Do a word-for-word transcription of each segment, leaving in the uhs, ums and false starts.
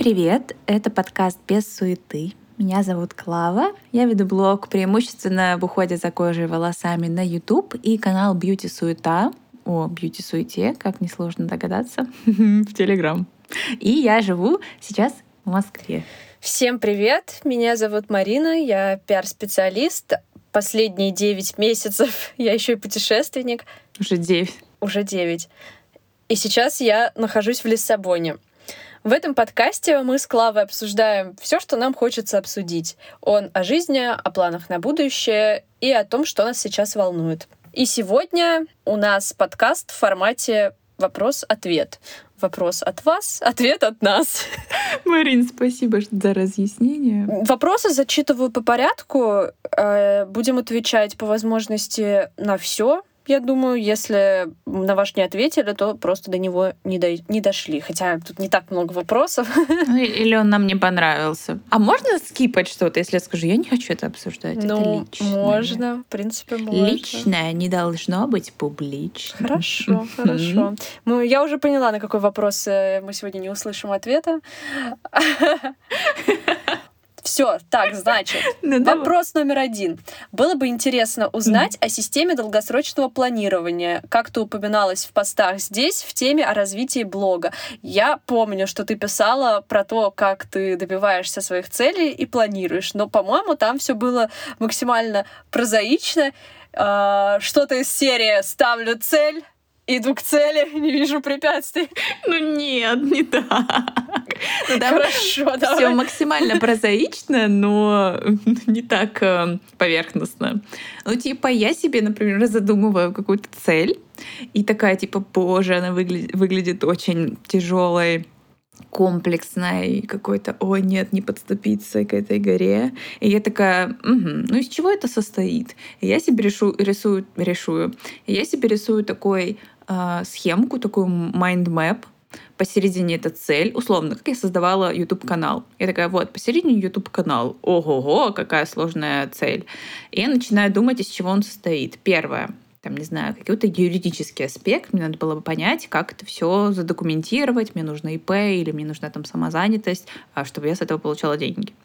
привет! Это подкаст «Без суеты». Меня зовут Клава. Я веду блог преимущественно об уходе за кожей и волосами на YouTube и канал «Бьюти Суета» о бьюти-суете, как несложно догадаться, в Телеграм. И я живу сейчас в Москве. Всем привет! Меня зовут Марина, я пиар-специалист. Последние девять месяцев я еще и путешественник. Уже девять. Уже девять. И сейчас я нахожусь в Лиссабоне. В этом подкасте мы с Клавой обсуждаем все, что нам хочется обсудить. Он о жизни, о планах на будущее и о том, что нас сейчас волнует. И сегодня у нас подкаст в формате вопрос-ответ. Вопрос от вас, ответ от нас. Марин, спасибо за разъяснение. Вопросы зачитываю по порядку. Будем отвечать по возможности на все. Я думаю, если на ваш не ответили, то просто до него не, до... не дошли. Хотя тут не так много вопросов. Или он нам не понравился. А можно скипать что-то, если я скажу, я не хочу это обсуждать? Ну, это личное. можно, в принципе, можно. Личное не должно быть публичным. Хорошо, хорошо. Ну, я уже поняла, на какой вопрос мы сегодня не услышим ответа. Все, так, значит, ну, вопрос давай. Номер один. Было бы интересно узнать mm. о системе долгосрочного планирования. Как-то упоминалось в постах здесь в теме о развитии блога. Я помню, что ты писала про то, как ты добиваешься своих целей и планируешь, но, по-моему, там все было максимально прозаично. Что-то из серии «Ставлю цель», иду к цели, не вижу препятствий. Ну нет, не так. Ну, да, хорошо, давай. Все максимально прозаично, но не так э, поверхностно. Ну, типа, я себе, например, задумываю какую-то цель, и такая, типа, боже, она выглядит, выглядит очень тяжелой, комплексной, какой-то, ой, нет, не подступиться к этой горе. И я такая, угу, ну из чего это состоит? И я себе решу, рисую, решую. И я себе рисую такой э, схемку, такую mind map. Посередине это цель. Условно, как я создавала YouTube-канал. Я такая, вот, посередине YouTube-канал. Ого-го, какая сложная цель. И я начинаю думать, из чего он состоит. Первое. Там, не знаю, какой-то юридический аспект. Мне надо было бы понять, как это все задокументировать. Мне нужно ИП или мне нужна там самозанятость, чтобы я с этого получала деньги.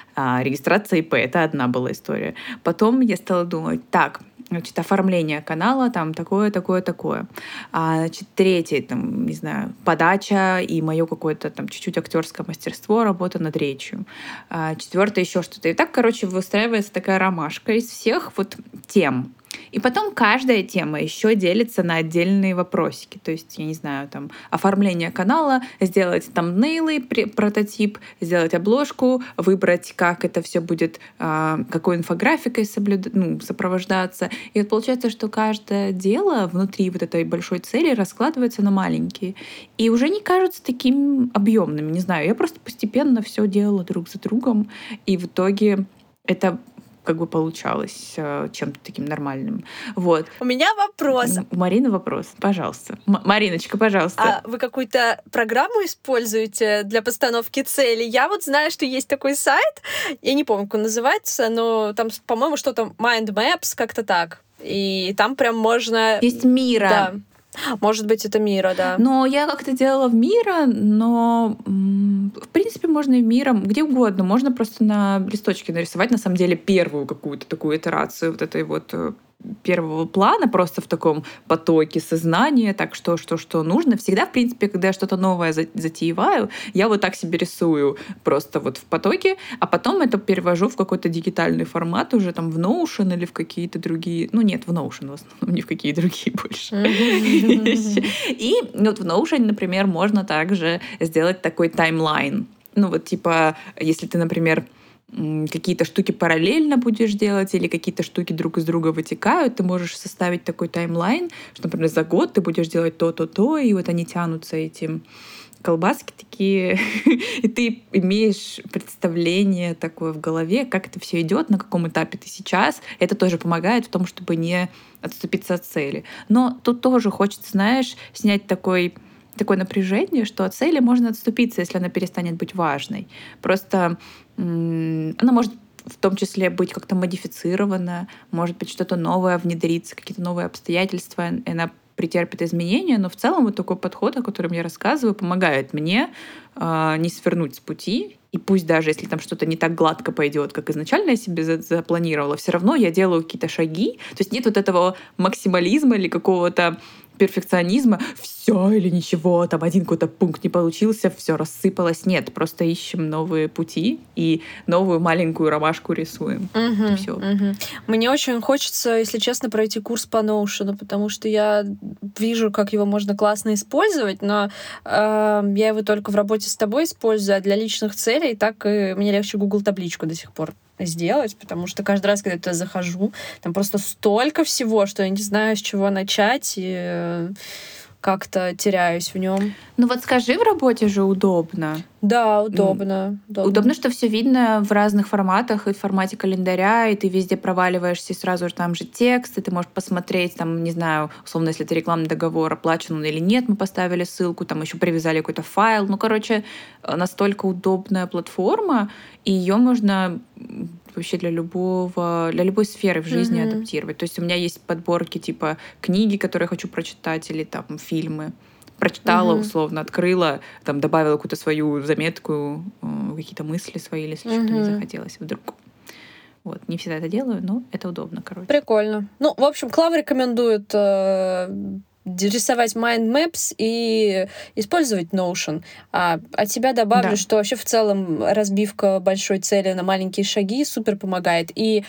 А регистрация ИП — это одна была история. Потом я стала думать, так, значит, оформление канала, там такое, такое, такое. А, значит, третий, там, не знаю, подача и мое какое-то там чуть-чуть актерское мастерство, работа над речью. А, четвертое еще что-то. И так, короче, выстраивается такая ромашка из всех вот тем. И потом каждая тема еще делится на отдельные вопросики. То есть, я не знаю, там, оформление канала, сделать тамбнейлы, прототип, сделать обложку, выбрать, как это все будет, какой инфографикой соблюд... ну, сопровождаться. И вот получается, что каждое дело внутри вот этой большой цели раскладывается на маленькие. И уже не кажутся такими объемными. Не знаю, я просто постепенно все делала друг за другом. И в итоге это как бы получалось э, чем-то таким нормальным. Вот. У меня вопрос. У Марины вопрос, пожалуйста. М- Мариночка, пожалуйста. А вы какую-то программу используете для постановки цели? Я вот знаю, что есть такой сайт, я не помню, как он называется, но там, по-моему, что-то Mind Maps, как-то так. И там прям можно... Есть Мира. Да. Может быть, это Мира, да. Но я как-то делала в Мира, но в принципе можно и в Мира, где угодно. Можно просто на листочке нарисовать, на самом деле, первую какую-то такую итерацию вот этой вот первого плана, просто в таком потоке сознания, так что, что, что нужно. Всегда, в принципе, когда я что-то новое затееваю, я вот так себе рисую просто вот в потоке, а потом это перевожу в какой-то дигитальный формат уже там в Notion или в какие-то другие... Ну нет, в Notion в основном, не в какие другие больше. И вот в Notion, например, можно также сделать такой таймлайн. Ну вот типа, если ты, например, какие-то штуки параллельно будешь делать или какие-то штуки друг из друга вытекают, ты можешь составить такой таймлайн, что, например, за год ты будешь делать то-то-то, и вот они тянутся, эти колбаски такие, и ты имеешь представление такое в голове, как это все идет, на каком этапе ты сейчас. Это тоже помогает в том, чтобы не отступиться от цели. Но тут тоже хочется, знаешь, снять такой такое напряжение, что от цели можно отступиться, если она перестанет быть важной. Просто м- она может в том числе быть как-то модифицирована, может быть, что-то новое внедриться, какие-то новые обстоятельства, и она претерпит изменения, но в целом вот такой подход, о котором я рассказываю, помогает мне э, не свернуть с пути. И пусть даже если там что-то не так гладко пойдет, как изначально я себе запланировала, все равно я делаю какие-то шаги. То есть нет вот этого максимализма или какого-то перфекционизма, все или ничего, там один какой-то пункт не получился, все рассыпалось. Нет, просто ищем новые пути и новую маленькую ромашку рисуем. Угу, Все. Угу. Мне очень хочется, если честно, пройти курс по Notion, потому что я вижу, как его можно классно использовать, но э, я его только в работе с тобой использую, а для личных целей так и мне легче Google табличку до сих пор сделать, потому что каждый раз, когда я туда захожу, там просто столько всего, что я не знаю, с чего начать, и как-то теряюсь в нем. Ну вот скажи, в работе же удобно. Да, удобно. Удобно, удобно что все видно в разных форматах, и в формате календаря, и ты везде проваливаешься, и сразу же там же текст, и ты можешь посмотреть, там, не знаю, условно, если это рекламный договор, оплачен он или нет, мы поставили ссылку, там еще привязали какой-то файл. Ну, короче, настолько удобная платформа, и ее можно вообще для любого, для любой сферы в жизни mm-hmm. адаптировать. То есть у меня есть подборки типа книги, которые я хочу прочитать, или там фильмы. Прочитала, mm-hmm. условно, открыла, там добавила какую-то свою заметку, какие-то мысли свои, или если mm-hmm. что-то не захотелось вдруг. Вот, не всегда это делаю, но это удобно, короче. Прикольно. Ну, в общем, Клава рекомендует э, рисовать mind maps и использовать Notion. А от себя добавлю, да. что вообще в целом разбивка большой цели на маленькие шаги супер помогает. И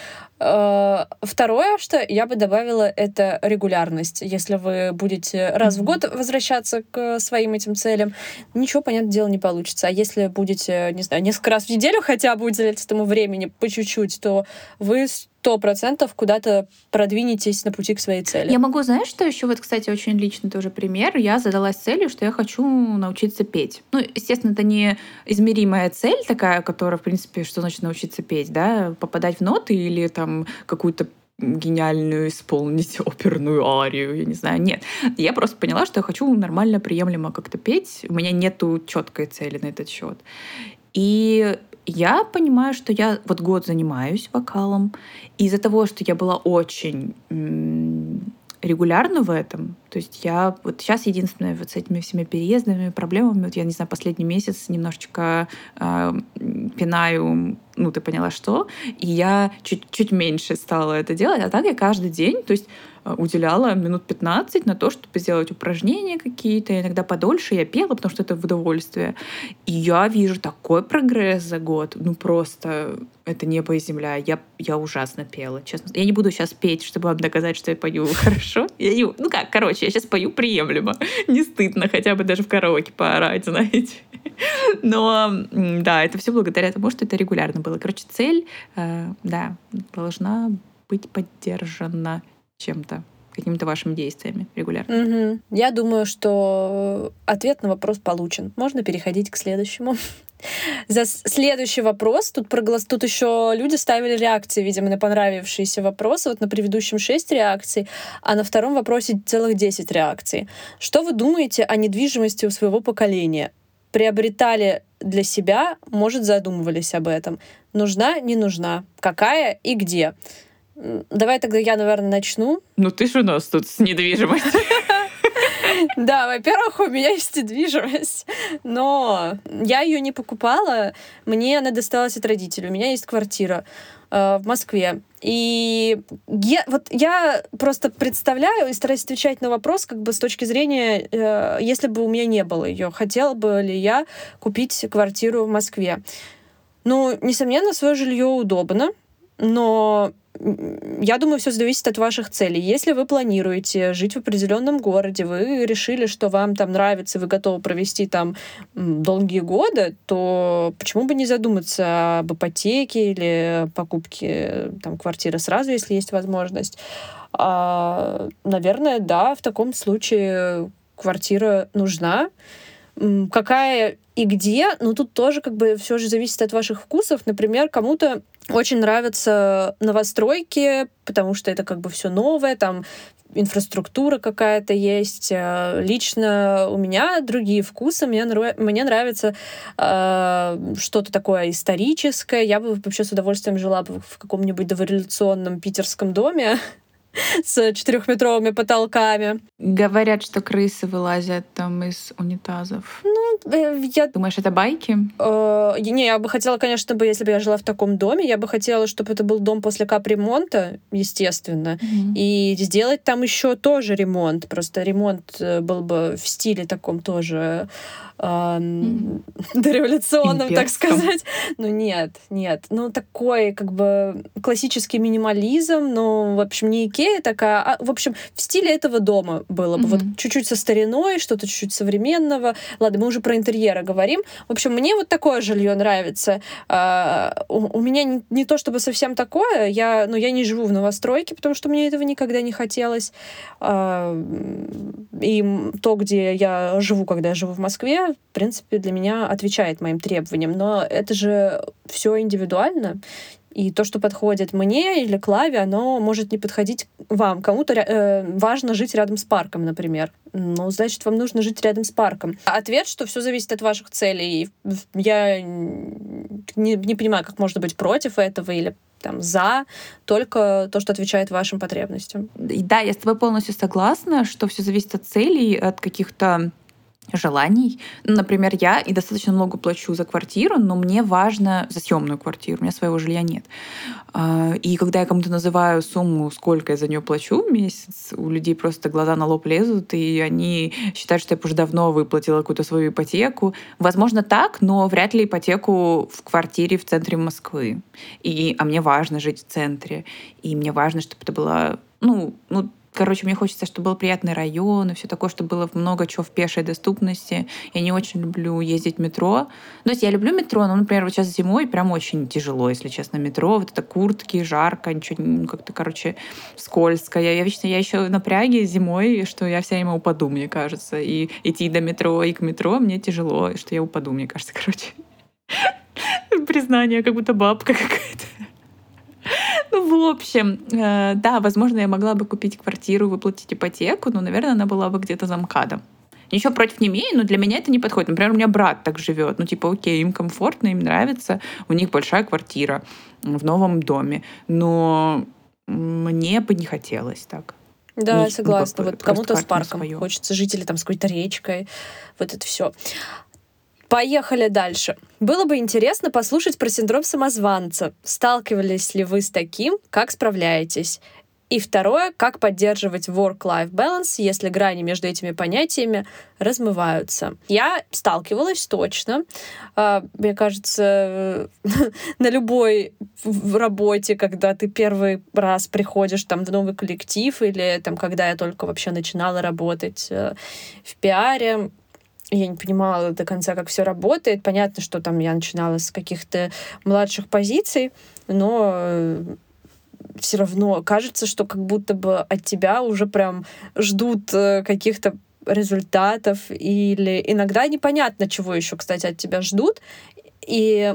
э, второе, что я бы добавила, это регулярность. Если вы будете раз mm-hmm. в год возвращаться к своим этим целям, ничего, понятное дело, не получится. А если будете, не знаю, несколько раз в неделю хотя бы уделять этому времени по чуть-чуть, то вы сто процентов куда-то продвинетесь на пути к своей цели. Я могу, знаешь, что еще? Вот, кстати, очень личный тоже пример. Я задалась целью, что я хочу научиться петь. Ну, естественно, это не измеримая цель такая, которая, в принципе, что значит научиться петь, да? Попадать в ноты или там какую-то гениальную исполнить оперную арию, я не знаю. Нет. Я просто поняла, что я хочу нормально, приемлемо как-то петь. У меня нету четкой цели на этот счет. И я понимаю, что я вот год занимаюсь вокалом, и из-за того, что я была очень м- регулярна в этом, то есть я вот сейчас единственное вот с этими всеми переездами, проблемами, вот я не знаю, последний месяц немножечко э, пинаю, ну ты поняла что, и я чуть-чуть меньше стала это делать, а так я каждый день, то есть уделяла минут пятнадцать на то, чтобы сделать упражнения какие-то, иногда подольше я пела, потому что это в удовольствие. И я вижу такой прогресс за год, ну просто это небо и земля. Я, я ужасно пела, честно. Я не буду сейчас петь, чтобы вам доказать, что я пою хорошо. Я не... Ну как, короче, я сейчас пою приемлемо. Не стыдно хотя бы даже в караоке поорать, знаете. Но да, это все благодаря тому, что это регулярно было. Короче, цель, э, да, должна быть поддержана чем-то, какими-то вашими действиями регулярно. Угу. Я думаю, что ответ на вопрос получен. Можно переходить к следующему. За следующий вопрос, тут, проголос... тут еще люди ставили реакции, видимо, на понравившиеся вопросы. Вот на предыдущем шесть реакций, а на втором вопросе целых десять реакций. Что вы думаете о недвижимости у своего поколения? Приобретали для себя, может, задумывались об этом? Нужна, не нужна? Какая и где? Давай тогда я, наверное, начну. Ну ты же у нас тут с недвижимостью. Да, во-первых, у меня есть недвижимость, но я ее не покупала, мне она досталась от родителей. У меня есть квартира э, в Москве. И я, вот я просто представляю и стараюсь отвечать на вопрос как бы с точки зрения, э, если бы у меня не было ее, хотела бы ли я купить квартиру в Москве. Ну, несомненно, свое жилье удобно, но я думаю, все зависит от ваших целей. Если вы планируете жить в определенном городе, вы решили, что вам там нравится, вы готовы провести там долгие годы, то почему бы не задуматься об ипотеке или покупке там квартиры сразу, если есть возможность? А, наверное, да, в таком случае квартира нужна. Какая и где, ну тут тоже как бы все же зависит от ваших вкусов. Например, кому-то очень нравятся новостройки, потому что это как бы все новое, там инфраструктура какая-то есть. Лично у меня другие вкусы. Мне, нрав... Мне нравится э, что-то такое историческое. Я бы вообще с удовольствием жила бы в каком-нибудь дореволюционном питерском доме. с четырехметровыми потолками. Говорят, что крысы вылазят там из унитазов. Ну, э, я... Думаешь, это байки? Э, не, я бы хотела, конечно, чтобы, если бы я жила в таком доме, я бы хотела, чтобы это был дом после капремонта, естественно, Мгм. и сделать там еще тоже ремонт. Просто ремонт э, был бы в стиле таком тоже эм, Мгм. дореволюционном, так Имперском. сказать. Ну нет, нет. Ну такой как бы классический минимализм, но, в общем, не Икея такая, а, в общем, в стиле этого дома было бы. Вот Мгм. чуть-чуть со стариной, что-то чуть-чуть современного. Ладно, мы уже про интерьеры говорим. В общем, мне вот такое жилье нравится. А, у, у меня не, не то чтобы совсем такое, я, но я не живу в новостройке, потому что мне этого никогда не хотелось. А, и м, то, где я живу, когда я живу в Москве, в принципе, для меня отвечает моим требованиям. Но это же все индивидуально. И то, что подходит мне или Клаве, оно может не подходить вам. Кому-то ря- э, важно жить рядом с парком, например. Ну, значит, вам нужно жить рядом с парком. Ответ, что все зависит от ваших целей. И в- я не, не понимаю, как можно быть против этого или там за, только то, что отвечает вашим потребностям. И да, я с тобой полностью согласна, что все зависит от целей, от каких-то желаний. Ну, Например, я и достаточно много плачу за квартиру, но мне важно за съемную квартиру, у меня своего жилья нет. А, И когда я кому-то называю сумму, сколько я за нее плачу в месяц, у людей просто глаза на лоб лезут, и они считают, что я уже давно выплатила какую-то свою ипотеку. Возможно, так, но вряд ли ипотеку в квартире в центре Москвы. И, а мне важно жить в центре. И мне важно, чтобы это было, ну, ну, короче, мне хочется, чтобы был приятный район и все такое, чтобы было много чего в пешей доступности. Я не очень люблю ездить в метро. Ну, то есть я люблю метро, но, например, вот сейчас зимой прям очень тяжело, если честно, метро. Вот это куртки, жарко, ничего, не- ну, как-то, короче, скользко. Я, я вечно, я еще напряге зимой, что я все время упаду, мне кажется. И идти до метро и к метро мне тяжело, что я упаду, мне кажется, короче. Признание, как будто бабка какая-то. Ну, в общем, э, да, возможно, я могла бы купить квартиру, выплатить ипотеку, но, наверное, она была бы где-то за МКАДом. Ничего против не имею, но для меня это не подходит. Например, у меня брат так живет. Ну, типа, окей, им комфортно, им нравится, у них большая квартира в новом доме. Но мне бы не хотелось так. Да, Не- ну, как согласна. бы, Вот просто кому-то с каждому парком свое. хочется жить или там с какой-то речкой. Вот это все. Поехали дальше. Было бы интересно послушать про синдром самозванца. Сталкивались ли вы с таким? Как справляетесь? И второе, как поддерживать work-life balance, если грани между этими понятиями размываются. Я сталкивалась точно. А, Мне кажется, на любой в- работе, когда ты первый раз приходишь там в новый коллектив или там, когда я только вообще начинала работать э, в пиаре, я не понимала до конца, как все работает. Понятно, что там я начинала с каких-то младших позиций, но все равно кажется, что как будто бы от тебя уже прям ждут э, каких-то результатов, или иногда непонятно, чего еще, кстати, от тебя ждут. И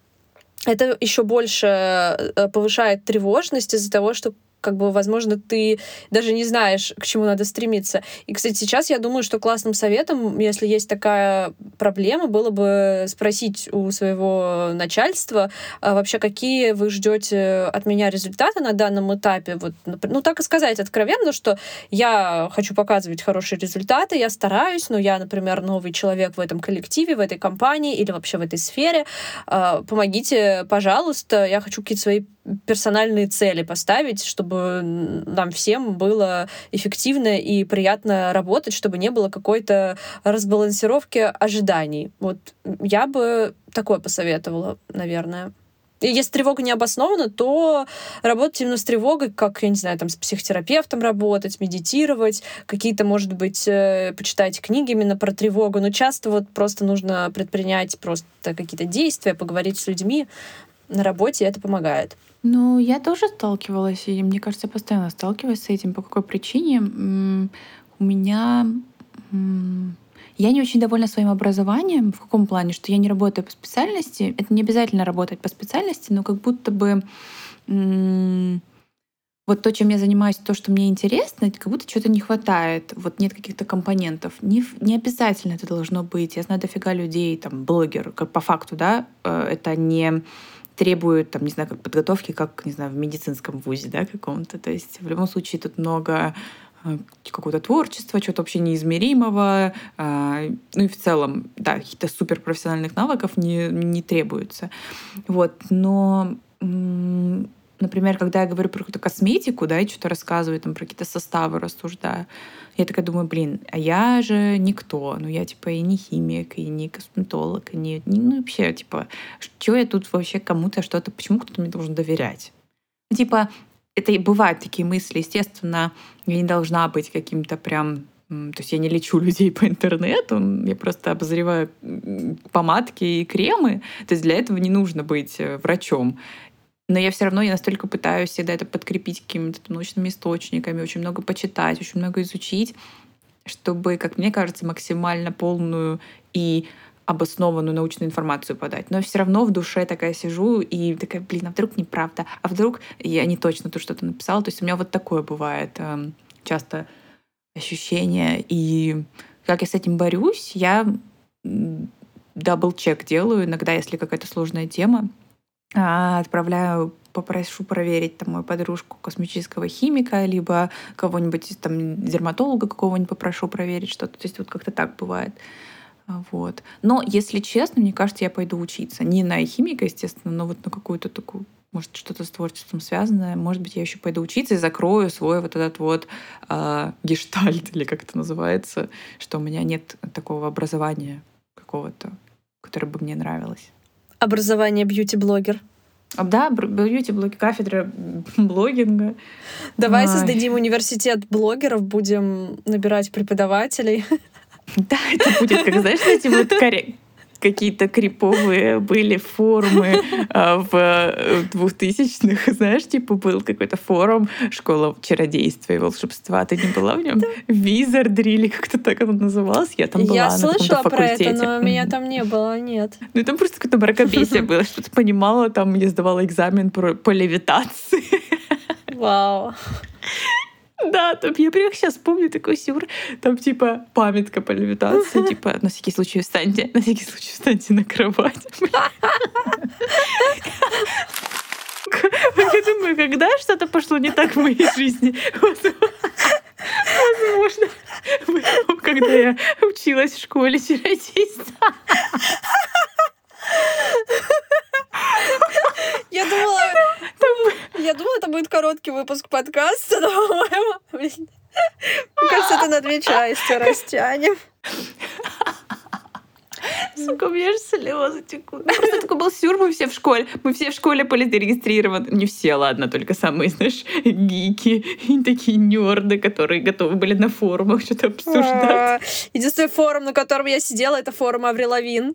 это еще больше э, повышает тревожность из-за того, что как бы, возможно, ты даже не знаешь, к чему надо стремиться. И, кстати, сейчас я думаю, что классным советом, если есть такая проблема, было бы спросить у своего начальства, а вообще, какие вы ждете от меня результаты на данном этапе. Вот, напр- ну, так и сказать откровенно, что я хочу показывать хорошие результаты, я стараюсь, но я, например, новый человек в этом коллективе, в этой компании или вообще в этой сфере. А, Помогите, пожалуйста, я хочу какие-то свои персональные цели поставить, чтобы нам всем было эффективно и приятно работать, чтобы не было какой-то разбалансировки ожиданий. Вот я бы такое посоветовала, наверное. И если тревога не обоснована, то работать именно с тревогой, как, я не знаю, там, с психотерапевтом работать, медитировать, какие-то, может быть, э, почитать книги именно про тревогу, но часто вот просто нужно предпринять просто какие-то действия, поговорить с людьми на работе, и это помогает. Ну, я тоже сталкивалась, и мне кажется, постоянно сталкиваюсь с этим. По какой причине? М, У меня... м, Я не очень довольна своим образованием. В каком плане? Что я не работаю по специальности. Это не обязательно работать по специальности, но как будто бы м, вот то, чем я занимаюсь, то, что мне интересно, как будто чего-то не хватает. Вот нет каких-то компонентов. Не, в- не обязательно это должно быть. Я знаю дофига людей, там, блогер, как по факту, да, э, это не требует, там, не знаю, как подготовки, как, не знаю, в медицинском вузе, да, каком-то. То есть в любом случае тут много какого-то творчества, чего-то вообще неизмеримого. Ну и в целом, да, каких-то суперпрофессиональных навыков не, не требуется. Вот. Но, например, когда я говорю про какую-то косметику, да, и что-то рассказываю, там, про какие-то составы рассуждаю, я такая думаю, блин, а я же никто. Ну, я, типа, и не химик, и не косметолог, и не... Ну, вообще, типа, что я тут вообще кому-то что-то... Почему кто-то мне должен доверять? Типа, это и бывают такие мысли. Естественно, я не должна быть каким-то прям... То есть я не лечу людей по интернету, я просто обозреваю помадки и кремы. То есть для этого не нужно быть врачом. Но я все равно я настолько пытаюсь всегда это подкрепить какими-то научными источниками, очень много почитать, очень много изучить, чтобы, как мне кажется, максимально полную и обоснованную научную информацию подать. Но все равно в душе такая сижу и такая, блин, а вдруг неправда? А вдруг я не точно тут что-то написала? То есть у меня вот такое бывает э, часто ощущение. И как я с этим борюсь, я дабл-чек делаю иногда, если какая-то сложная тема. Отправляю, попрошу проверить там мою подружку космического химика, либо кого-нибудь там дерматолога какого-нибудь попрошу проверить что-то. То есть вот как-то так бывает. Вот. Но, если честно, мне кажется, я пойду учиться. Не на химика, естественно, но вот на какую-то такую, может, что-то с творчеством связанное. Может быть, я еще пойду учиться и закрою свой вот этот вот э, гештальт, или как это называется, что у меня нет такого образования какого-то, которое бы мне нравилось. Образование бьюти-блогер. Да, бьюти-блогер, кафедра блогинга. Давай Ай. создадим университет блогеров, будем набирать преподавателей. Да, это будет, как, знаешь, эти вот какие-то криповые были форумы в двухтысячных, знаешь, типа был какой-то форум «Школа чародейства и волшебства». Ты не была в нем? Да. Wizardry или как-то так оно называлось? Я там была Я на слышала каком-то факультете. про это, но меня там не было, нет. Ну, там просто какое-то мракобесие было, что-то понимала, там я сдавала экзамен по левитации. Вау. Да, там я прям сейчас помню такой сюр, там типа памятка по левитации, типа на всякий случай встаньте, на всякий случай встаньте на кровать. Я думаю, когда что-то пошло не так в моей жизни? Возможно, когда я училась в школе чародейства. Я думала, я думала, это будет короткий выпуск подкаста, но, по-моему, мне кажется, это на две части растянем. Сука, у меня же слезы текут. Ну, просто такой был сюр, мы все в школе. Мы все в школе были зарегистрированы. Не все, ладно, только самые, знаешь, гики и такие нерды, которые готовы были на форумах что-то обсуждать. Единственный форум, на котором я сидела, это форум Аврил Лавин.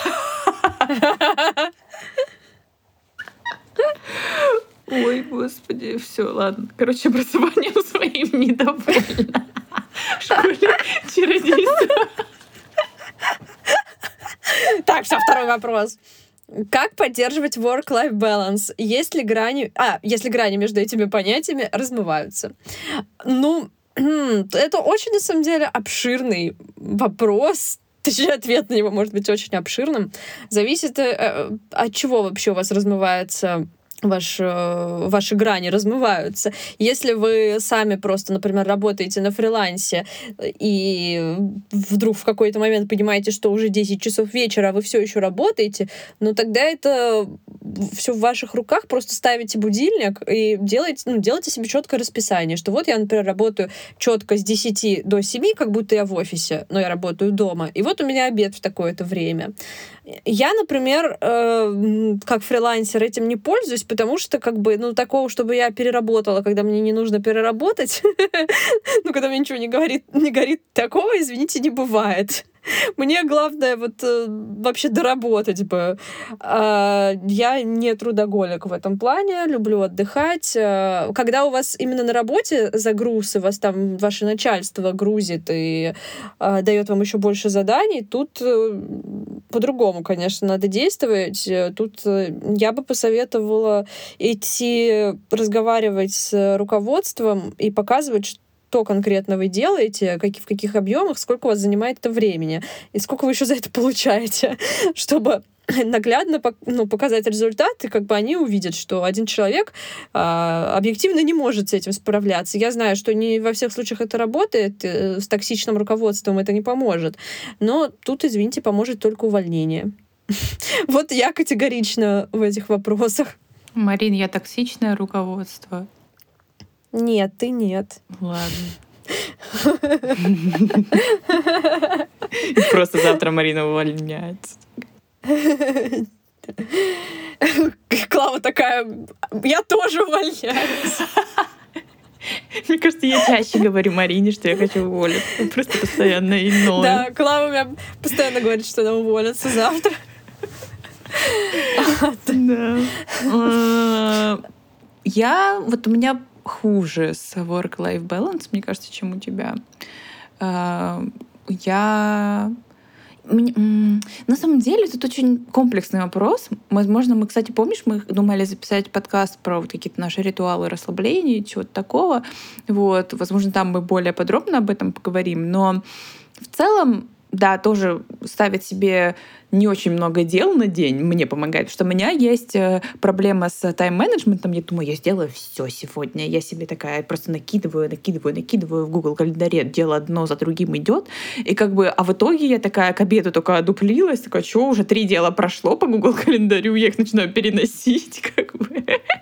Ой, господи, все, ладно. Короче, образованием своим недовольна. В школе чародейства. Так, все, второй вопрос. Как поддерживать work-life balance? Есть ли грани... А, если грани между этими понятиями размываются? Ну, это очень, на самом деле, обширный вопрос. Точнее, ответ на него может быть очень обширным. Зависит, от чего вообще у вас размывается... Ваш, ваши грани размываются. Если вы сами просто, например, работаете на фрилансе и вдруг в какой-то момент понимаете, что уже десять часов вечера, а вы все еще работаете, ну тогда это все в ваших руках. Просто ставите будильник и делаете, ну, делаете себе четкое расписание, что вот я, например, работаю четко с десяти до семи, как будто я в офисе, но я работаю дома, и вот у меня обед в такое-то время. Я, например, э, как фрилансер этим не пользуюсь, потому что, как бы, ну, такого, чтобы я переработала, когда мне не нужно переработать, ну, когда мне ничего не говорит, не горит, такого, извините, не бывает. Мне главное вот вообще доработать бы. Я не трудоголик в этом плане, люблю отдыхать. Когда у вас именно на работе загруз, и вас там ваше начальство грузит и дает вам еще больше заданий, тут по-другому, конечно, надо действовать. Тут я бы посоветовала идти разговаривать с руководством и показывать, что что конкретно вы делаете, как, в каких объемах, сколько у вас занимает это времени, и сколько вы еще за это получаете, чтобы наглядно ну, показать результат, и как бы они увидят, что один человек а, объективно не может с этим справляться. Я знаю, что не во всех случаях это работает, с токсичным руководством это не поможет, но тут, извините, поможет только увольнение. Вот я категорична в этих вопросах. Марин, я токсичное руководство. Нет, ты нет. Ладно. Просто завтра Марина увольняется. Клава такая, я тоже увольняюсь. Мне кажется, я чаще говорю Марине, что я хочу уволиться. Просто постоянно и ною. Да, Клава мне постоянно говорит, что она уволится завтра. Да. Я... Вот у меня хуже с work-life balance, мне кажется, чем у тебя. Я... На самом деле, тут очень комплексный вопрос. Возможно, мы, кстати, помнишь, мы думали записать подкаст про вот какие-то наши ритуалы расслабления, чего-то такого. Вот. Возможно, там мы более подробно об этом поговорим. Но в целом, да, тоже ставить себе не очень много дел на день мне помогает, потому что у меня есть проблема с тайм-менеджментом. Я думаю, я сделаю все сегодня. Я себе такая просто накидываю, накидываю, накидываю в Google календаре. Дело одно за другим идет. И как бы, а в итоге я такая к обеду только одуплилась. Такая, что, уже три дела прошло по Google календарю, я их начинаю переносить. Как бы.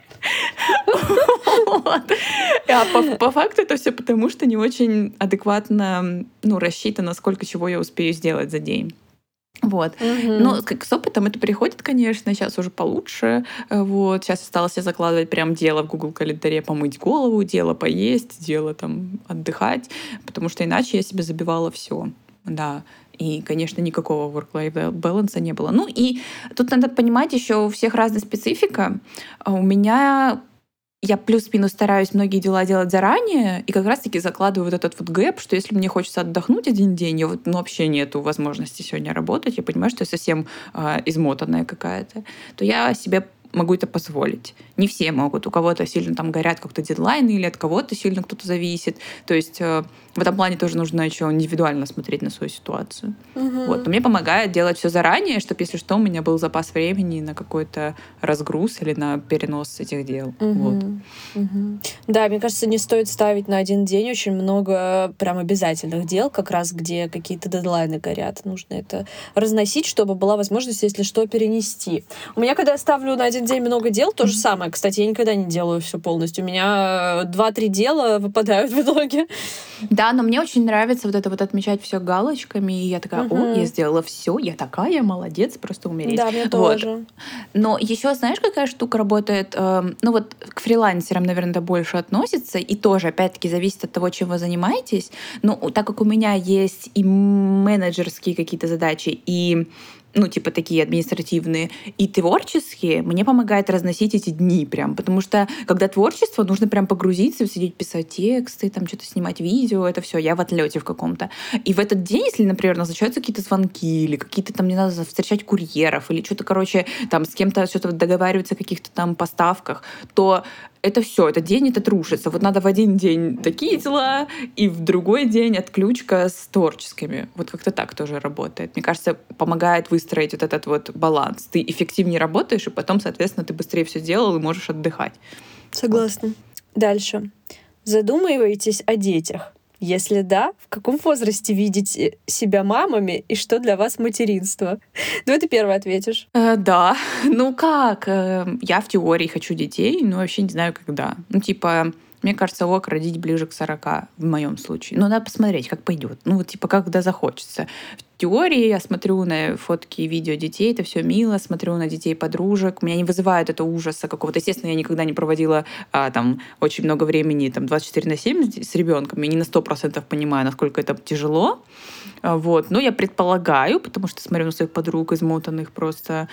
А по, по факту это все потому, что не очень адекватно ну, рассчитано, сколько чего я успею сделать за день. Вот. Mm-hmm. Но как с опытом это приходит, конечно, сейчас уже получше. Вот. Сейчас осталось себе закладывать прям дело в Google календаре, помыть голову, дело поесть, дело там отдыхать, потому что иначе я себе забивала все. Да. И, конечно, никакого work-life balance не было. Ну и тут надо понимать, еще у всех разная специфика. У меня я плюс-минус стараюсь многие дела делать заранее, и как раз-таки закладываю вот этот вот гэп, что если мне хочется отдохнуть один день, я вот, ну, вообще нету возможности сегодня работать, я понимаю, что я совсем э, измотанная какая-то, то я себе могу это позволить. Не все могут. У кого-то сильно там горят как-то дедлайны, или от кого-то сильно кто-то зависит. То есть э, в этом плане тоже нужно еще индивидуально смотреть на свою ситуацию. Uh-huh. Вот. Но мне помогает делать все заранее, чтобы, если что, у меня был запас времени на какой-то разгруз или на перенос этих дел. Uh-huh. Вот. Uh-huh. Да, мне кажется, не стоит ставить на один день очень много прям обязательных дел, как раз где какие-то дедлайны горят. Нужно это разносить, чтобы была возможность, если что, перенести. У меня, когда я ставлю на один день много дел, то же самое. Кстати, я никогда не делаю все полностью. У меня два-три дела выпадают в итоге. Да, но мне очень нравится вот это вот отмечать все галочками. И я такая, о, я сделала все, я такая, молодец, просто умереть. Да, мне тоже. Вот. Но еще знаешь, какая штука работает? Ну вот к фрилансерам, наверное, это больше относится. И тоже, опять-таки, зависит от того, чем вы занимаетесь. Но так как у меня есть и менеджерские какие-то задачи, и ну, типа такие административные, и творческие, мне помогает разносить эти дни прям, потому что когда творчество, нужно прям погрузиться, сидеть, писать тексты, там что-то снимать видео, это все, я в отлете в каком-то. И в этот день, если, например, назначаются какие-то звонки, или какие-то там, не надо встречать курьеров, или что-то, короче, там с кем-то что-то договариваться о каких-то там поставках, то это все, этот день этот рушится. Вот надо в один день такие дела, и в другой день отключка с творческими. Вот как-то так тоже работает. Мне кажется, помогает выстроить вот этот вот баланс. Ты эффективнее работаешь, и потом, соответственно, ты быстрее все делал и можешь отдыхать. Согласна. Вот. Дальше. Задумываетесь о детях? Если да, в каком возрасте видите себя мамами и что для вас материнство? Давай ты первый ответишь. Э, да. Ну как? Э, я в теории хочу детей, но вообще не знаю, когда. Ну типа, мне кажется, ок, родить ближе к сорока в моем случае. Но надо посмотреть, как пойдет. Ну вот типа, когда захочется. В теории я смотрю на фотки и видео детей, это все мило, смотрю на детей подружек. Меня не вызывает это ужаса какого-то. Естественно, я никогда не проводила а, там очень много времени там, двадцать четыре на семь с ребенком. Я не на сто процентов понимаю, насколько это тяжело. А, вот. Но я предполагаю, потому что смотрю на своих подруг, измотанных просто.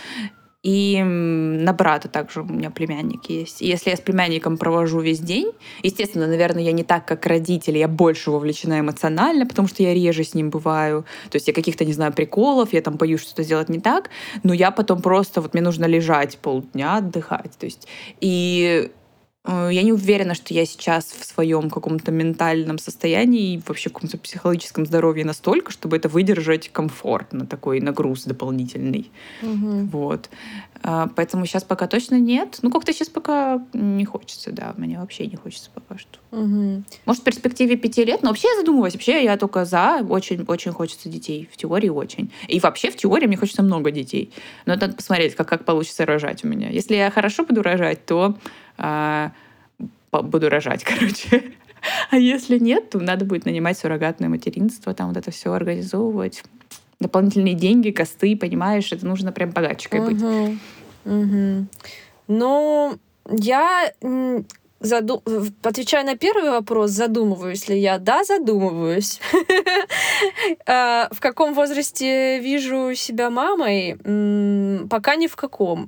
И на брата также у меня племянник есть. И если я с племянником провожу весь день, естественно, наверное, я не так, как родители, я больше вовлечена эмоционально, потому что я реже с ним бываю. То есть я каких-то, не знаю, приколов, я там боюсь что-то сделать не так, но я потом просто, вот мне нужно лежать полдня, отдыхать. То есть, и Я не уверена, что я сейчас в своем каком-то ментальном состоянии и вообще в каком-то психологическом здоровье настолько, чтобы это выдержать комфортно, такой нагруз дополнительный. Мгм. Вот. А, Поэтому сейчас пока точно нет. Ну, как-то сейчас пока не хочется, да. Мне вообще не хочется пока что. Мгм. Может, в перспективе пяти лет, но вообще я задумываюсь. Вообще я только за. Очень-очень хочется детей. В теории очень. И вообще в теории мне хочется много детей. Но надо посмотреть, как, как получится рожать у меня. Если я хорошо буду рожать, то а, по- буду рожать, короче. А если нет, то надо будет нанимать суррогатное материнство, там вот это все организовывать. Дополнительные деньги, косты, понимаешь, это нужно прям богачкой быть. Мгм. Мгм. Ну, я м, заду- в- отвечая на первый вопрос, задумываюсь ли я? Да, задумываюсь. А, В каком возрасте вижу себя мамой? М, Пока ни в каком.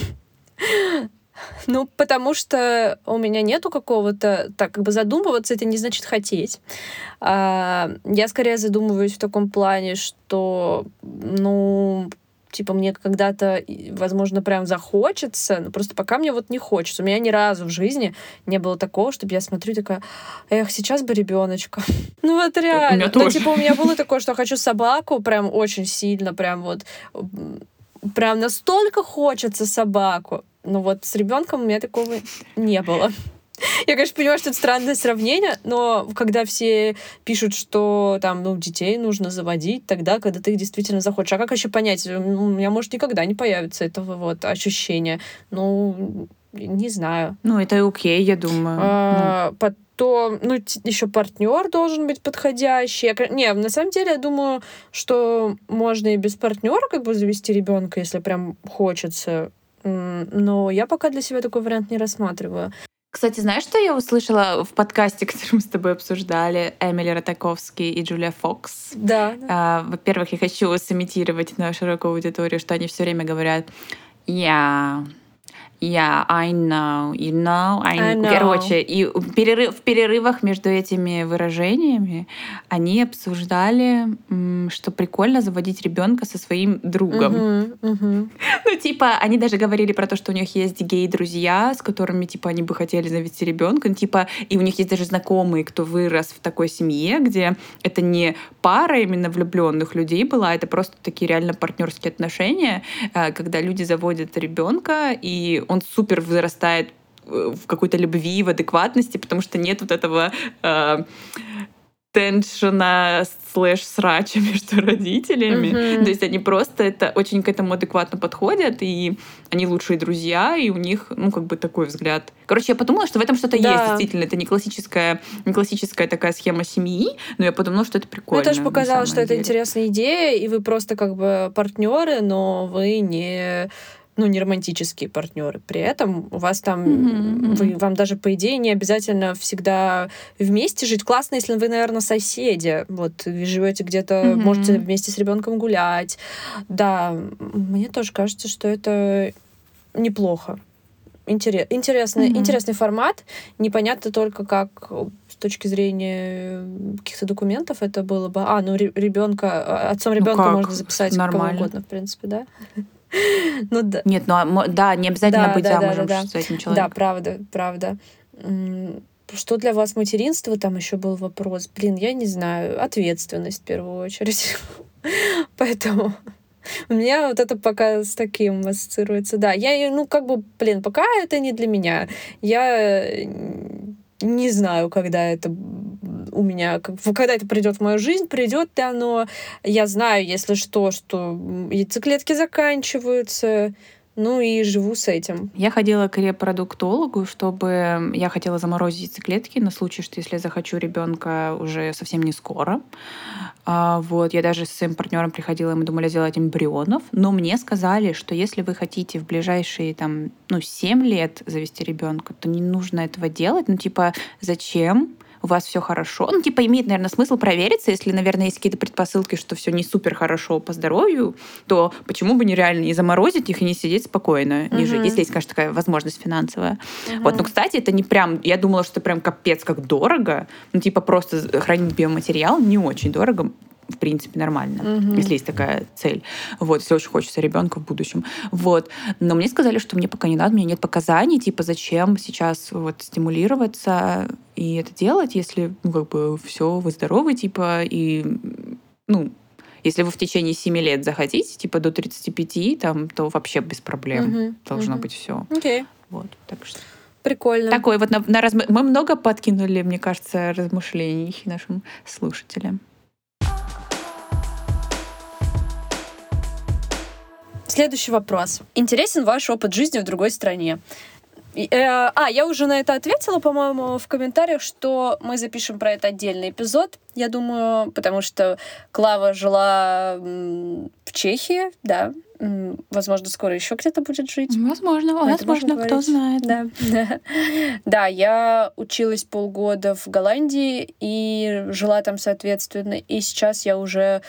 Ну, потому что у меня нету какого-то... Так, как бы задумываться, это не значит хотеть. А, Я скорее задумываюсь в таком плане, что, ну, типа, мне когда-то, и, возможно, прям захочется, но просто пока мне вот не хочется. У меня ни разу в жизни не было такого, чтобы я смотрю и такая, эх, сейчас бы ребеночка. Ну вот У меня реально. Ну, тоже. типа, у меня было такое, что хочу собаку прям очень сильно, прям вот, м, прям настолько хочется собаку. Но вот с ребенком у меня такого не было. Я, конечно, понимаю, что это странное сравнение, но когда все пишут, что там, ну, детей нужно заводить тогда, когда ты их действительно захочешь. А как еще понять? Ну, у меня, может, никогда не появится этого вот ощущения. Ну, не знаю. Ну, это и окей, я думаю. Ну, А, потом, ну, еще партнер должен быть подходящий. Я ка- Не, на самом деле, я думаю, что можно и без партнера как бы завести ребенка, если прям хочется. М, Но я пока для себя такой вариант не рассматриваю. Кстати, знаешь, что я услышала в подкасте, который мы с тобой обсуждали, Эмили Ратаковский и Джулия Фокс? Да, да. А, Во-первых, я хочу сымитировать на широкую аудиторию, что они все время говорят «я», Yeah, I know, you know, I I know. know. Короче, и в перерыв- в перерывах между этими выражениями они обсуждали, м, что прикольно заводить ребенка со своим другом. Мгм, мгм. Ну, типа, они даже говорили про то, что у них есть гей-друзья, с которыми, типа, они бы хотели завести ребенка. Ну, типа, и у них есть даже знакомые, кто вырос в такой семье, где это не пара именно влюбленных людей была, это просто такие реально партнерские отношения, э, когда люди заводят ребенка, и он супер возрастает э, в какой-то любви, в адекватности, потому что нет вот этого э, теншена слэш срача между родителями. Мгм. То есть они просто это очень к этому адекватно подходят, и они лучшие друзья, и у них, ну, как бы такой взгляд. Короче, я подумала, что в этом что-то Да. есть, действительно. Это не классическая, не классическая такая схема семьи, но я подумала, что это прикольно. Мне тоже на показалось, самом что это деле. интересная идея, и вы просто как бы партнеры, но вы не, ну, не романтические партнеры. При этом у вас там, Мгм, вы, мгм. вам даже по идее не обязательно всегда вместе жить. Классно, если вы, наверное, соседи. Вот вы живете где-то, Мгм. можете вместе с ребенком гулять. Да, мне тоже кажется, что это неплохо. Интерес, интересный, Мгм. интересный формат. Непонятно только, как э, с точки зрения каких-то документов это было бы. А, ну ребенка, отцом Ну ребенка как? можно записать кого Нормально. угодно, в принципе, да? Ну да. Нет, ну а мо- да, не обязательно Да, быть да, да, да, замужем да. с этим Да, человеком. правда, правда. М, Что для вас материнство? Там еще был вопрос. Блин, я не знаю. Ответственность в первую очередь. Поэтому у меня вот это пока с таким ассоциируется. Да, я, ну, как бы, блин, пока это не для меня. Я э, не знаю, когда это у меня, как- когда это придет в мою жизнь, придет ли оно. Я знаю, если что, что м, яйцеклетки заканчиваются. Ну и живу с этим. Я ходила к репродуктологу, чтобы я хотела заморозить яйцеклетки на случай, что если я захочу ребенка уже совсем не скоро. А, вот, я даже с своим партнером приходила, и мы думали сделать эмбрионов, но мне сказали, что если вы хотите в ближайшие там, ну, семь лет завести ребенка, то не нужно этого делать. Ну, типа, зачем? У вас все хорошо. Ну, типа, имеет, наверное, смысл провериться, если, наверное, есть какие-то предпосылки, что все не супер хорошо по здоровью, то почему бы нереально не заморозить их и не сидеть спокойно, не жить, Мгм. если есть, конечно, такая возможность финансовая. Мгм. Вот, ну, кстати, это не прям, я думала, что прям капец как дорого, ну, типа, просто хранить биоматериал не очень дорого. в принципе, нормально, Мгм. если есть такая цель. Вот, если очень хочется ребенка в будущем. Вот. Но мне сказали, что мне пока не надо, у меня нет показаний, типа, зачем сейчас вот стимулироваться и это делать, если, ну, как бы, все, вы здоровы, типа, и, ну, если вы в течение семи лет захотите, типа, до тридцати пяти, там, то вообще без проблем Мгм. должно Мгм. быть все. Окей. Вот, так что... Прикольно. Такой вот на, на разм- мы много подкинули, мне кажется, размышлений нашим слушателям. Следующий вопрос. Интересен ваш опыт жизни в другой стране? И, э, а, я уже на это ответила, по-моему, в комментариях, что мы запишем про это отдельный эпизод, я думаю, потому что Клава жила м, в Чехии, да. М, возможно, скоро еще где-то будет жить. Возможно, Мы это можем возможно, кто говорить? знает. Да. Да, я училась полгода в Голландии и жила там, соответственно, и сейчас я уже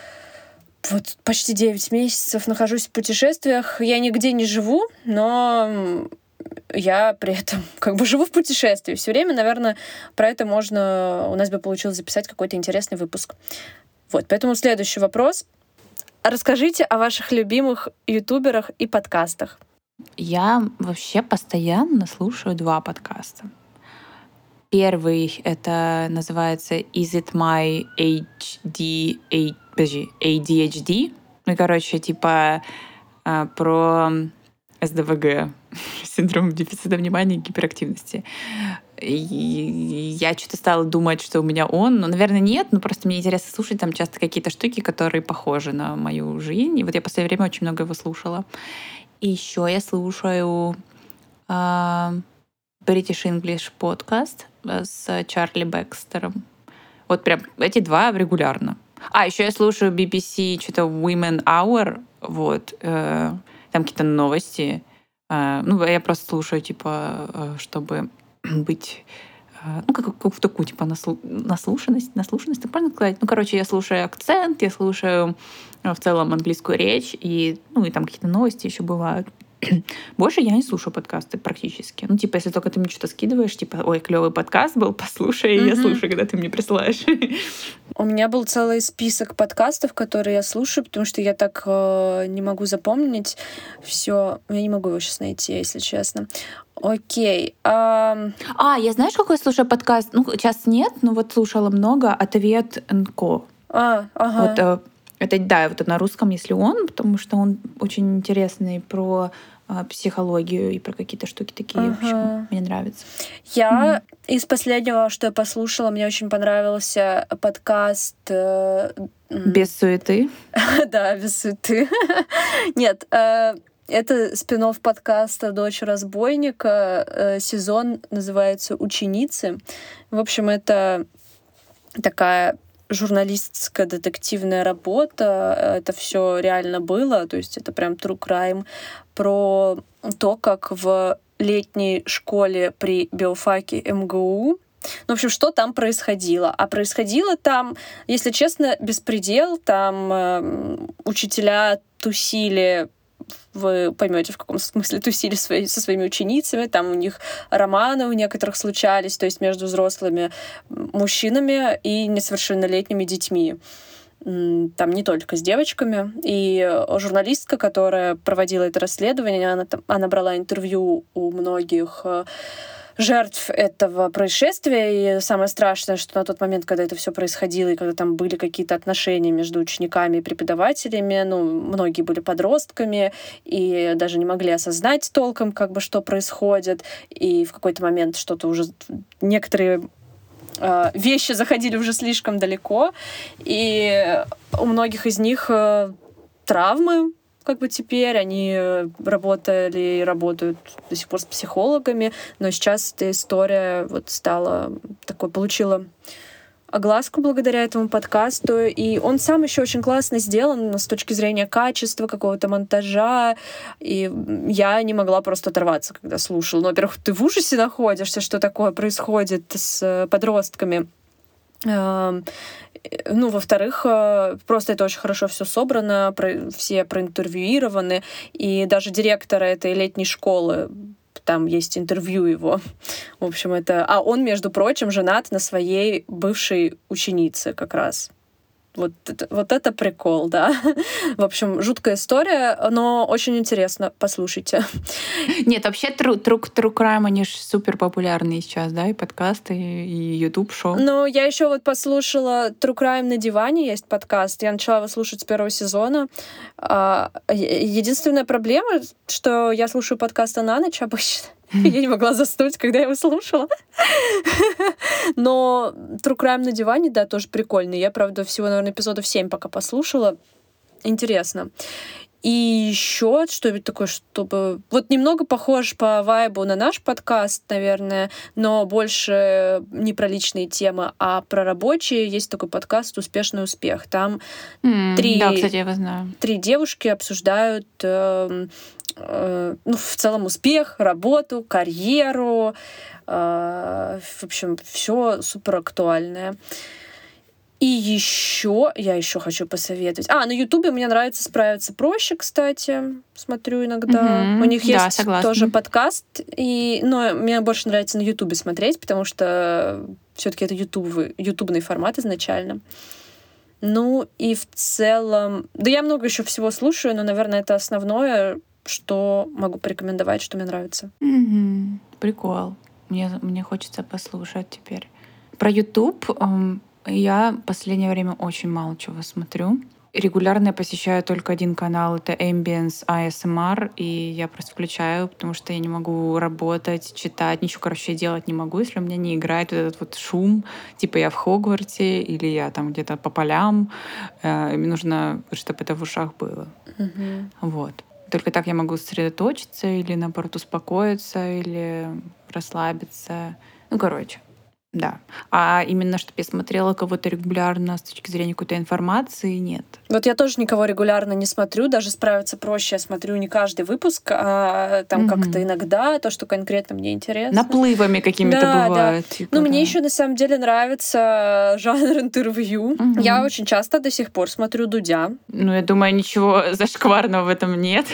вот почти девять месяцев нахожусь в путешествиях. Я нигде не живу, но я при этом как бы живу в путешествии все время. Наверное, про это можно... У нас бы получилось записать какой-то интересный выпуск. Вот, поэтому следующий вопрос. Расскажите о ваших любимых ютуберах и подкастах. Я вообще постоянно слушаю два подкаста. Первый — это называется «Is it my эйч ди, A- подожди, эй ди эйч ди?» Ну, короче, типа э, про эс дэ вэ гэ, синдром дефицита внимания и гиперактивности. И я что-то стала думать, что у меня он, но, наверное, нет, но просто мне интересно слушать там часто какие-то штуки, которые похожи на мою жизнь. И вот я в последнее время очень много его слушала. И еще я слушаю а, British English подкаст с Чарли Бэкстером. Вот прям эти два регулярно. А, еще я слушаю би би си, что-то Women Hour, вот, э, там какие-то новости. Э, ну, я просто слушаю, типа, э, чтобы быть, э, ну, как, как в такую, типа, наслу- наслушанность, наслушанность, так правильно сказать? Ну, короче, я слушаю акцент, я слушаю э, в целом английскую речь, и, ну, и там какие-то новости еще бывают. Больше я не слушаю подкасты практически. Ну, типа, если только ты мне что-то скидываешь, типа, ой, клевый подкаст был, послушай, и я Мгм. слушаю, когда ты мне присылаешь. У меня был целый список подкастов, которые я слушаю, потому что я так э, не могу запомнить все. Я не могу его сейчас найти, если честно. Окей. ам, А, я знаешь, какой слушаю подкаст? Ну, сейчас нет, но вот слушала много «Ответ энд ко». А, Вот ага. э, это, да, вот это на русском, если он, потому что он очень интересный про э, психологию и про какие-то штуки такие. В общем, Ага. мне нравится. Я из последнего, что я послушала, мне очень понравился подкаст... э, м, Без суеты. Да, без суеты. Нет, э, это спин-офф подкаста «Дочь разбойника». Э, Сезон называется «Ученицы». В общем, это такая журналистская детективная работа. Это все реально было. То есть это прям true crime про то, как в летней школе при биофаке эм гэ у, ну, в общем, что там происходило. А происходило там, если честно, беспредел. Там э, учителя тусили, вы поймете, в каком смысле тусили свои, со своими ученицами. Там у них романы у некоторых случались, то есть между взрослыми мужчинами и несовершеннолетними детьми. М, Там не только с девочками. И журналистка, которая проводила это расследование, она, там- она брала интервью у многих э, жертв этого происшествия. И самое страшное, что на тот момент, когда это все происходило, и когда там были какие-то отношения между учениками и преподавателями, ну, многие были подростками и даже не могли осознать толком, как бы, что происходит. И в какой-то момент что-то уже... Некоторые э, вещи заходили уже слишком далеко. И у многих из них э, травмы, как бы теперь. Они работали и работают до сих пор с психологами, но сейчас эта история вот стала такой, получила огласку благодаря этому подкасту. И он сам еще очень классно сделан с точки зрения качества, какого-то монтажа. И я не могла просто оторваться, когда слушала. Ну, во-первых, ты в ужасе находишься, что такое происходит с подростками. Ну, во-вторых, просто это очень хорошо все собрано, про- все проинтервьюированы, и даже директора этой летней школы, там есть интервью его. В общем, это... А он, между прочим, женат на своей бывшей ученице как раз. Вот это, вот это прикол, да. В общем, жуткая история, но очень интересно. Послушайте. Нет, вообще true, true, true crime, они же супер популярные сейчас, да, и подкасты, и YouTube-шоу. Ну, я еще вот послушала True Crime на диване, есть подкаст. Я начала его слушать с первого сезона. Единственная проблема, что я слушаю подкасты на ночь обычно. Я не могла заснуть, когда я его слушала. Но True Crime на диване, да, тоже прикольный. Я, правда, всего, наверное, эпизодов семь пока послушала. Интересно. И еще что-нибудь такое, чтобы... Вот немного похож по вайбу на наш подкаст, наверное, но больше не про личные темы, а про рабочие. Есть такой подкаст «Успешный успех». Там mm, три, да, кстати, я его знаю. три девушки обсуждают... Э, э, ну, в целом успех, работу, карьеру. Э, в общем, все супер актуальное. И еще, я еще хочу посоветовать. А, на Ютубе мне нравится «Справиться проще», кстати. Смотрю иногда. Mm-hmm. У них да, есть согласна. тоже подкаст. И, но мне больше нравится на Ютубе смотреть, потому что все-таки это ютуб, ютубный формат изначально. Ну и в целом... Да я много еще всего слушаю, но, наверное, это основное, что могу порекомендовать, что мне нравится. Mm-hmm. Прикол. Мне, мне хочется послушать теперь. Про YouTube... Um... Я в последнее время очень мало чего смотрю. Регулярно я посещаю только один канал, это Ambience эй эс эм ар, и я просто включаю, потому что я не могу работать, читать, ничего, короче, делать не могу, если у меня не играет вот этот вот шум, типа я в Хогвартсе или я там где-то по полям, э, мне нужно, чтобы это в ушах было. Mm-hmm. Вот. Только так я могу сосредоточиться или, наоборот, успокоиться или расслабиться. Ну, короче. Да. А именно, чтобы я смотрела кого-то регулярно с точки зрения какой-то информации, нет. Вот я тоже никого регулярно не смотрю, даже «Справиться проще» я смотрю не каждый выпуск, а там mm-hmm. как-то иногда то, что конкретно мне интересно. Наплывами какими-то да, бывает. Да. Типа, ну, да. мне еще на самом деле нравится жанр интервью. Mm-hmm. Я очень часто до сих пор смотрю Дудя. Ну, я думаю, ничего зашкварного в этом нет.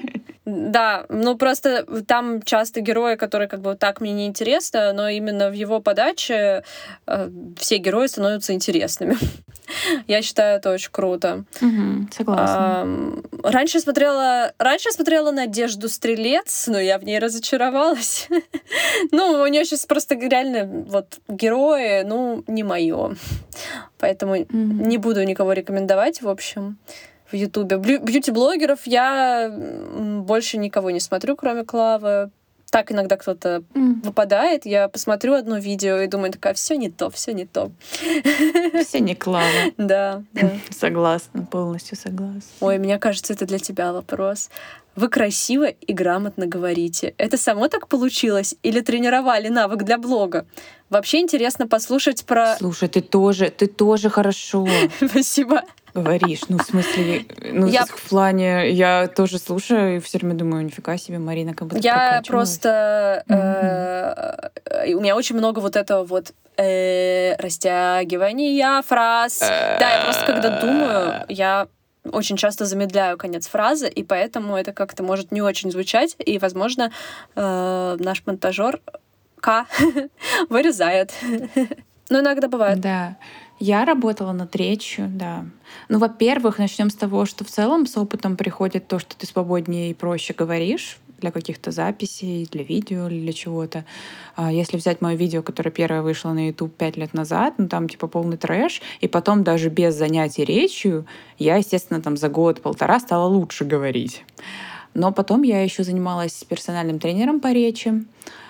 Да, ну просто там часто герои, которые как бы так мне не интересны, но именно в его подаче э, все герои становятся интересными. Я считаю, это очень круто. Угу, согласна. А, раньше смотрела, раньше смотрела «Надежду Стрелец», но я в ней разочаровалась. Ну, у нее сейчас просто реально вот герои, ну, не мое. Поэтому не буду никого рекомендовать, в общем. В Ютубе. Бьюти-блогеров я больше никого не смотрю, кроме Клавы. Так иногда кто-то mm. выпадает. Я посмотрю одно видео и думаю, такая, все не то, все не то. Все не Клава. Да, да. Согласна, полностью согласна. Ой, мне кажется, это для тебя вопрос. Вы красиво и грамотно говорите. Это само так получилось? Или тренировали навык для блога? Вообще интересно послушать про... Слушай, ты тоже, ты тоже хорошо. Спасибо. Говоришь, ну, в смысле, ну, я... в плане, я тоже слушаю и все время думаю, нифига себе, Марина как будто Я просто... Mm-hmm. Э, у меня очень много вот этого вот э, растягивания фраз. Да, я просто когда думаю, я очень часто замедляю конец фразы, и поэтому это как-то может не очень звучать, и, возможно, э, наш монтажер К вырезает. Но иногда бывает. Да. Я работала над речью, да. Ну, во-первых, начнем с того, что в целом с опытом приходит то, что ты свободнее и проще говоришь для каких-то записей, для видео или для чего-то. Если взять мое видео, которое первое вышло на YouTube пять лет назад, ну там типа полный трэш, и потом даже без занятий речью я, естественно, там за год-полтора стала лучше говорить. Но потом я еще занималась персональным тренером по речи,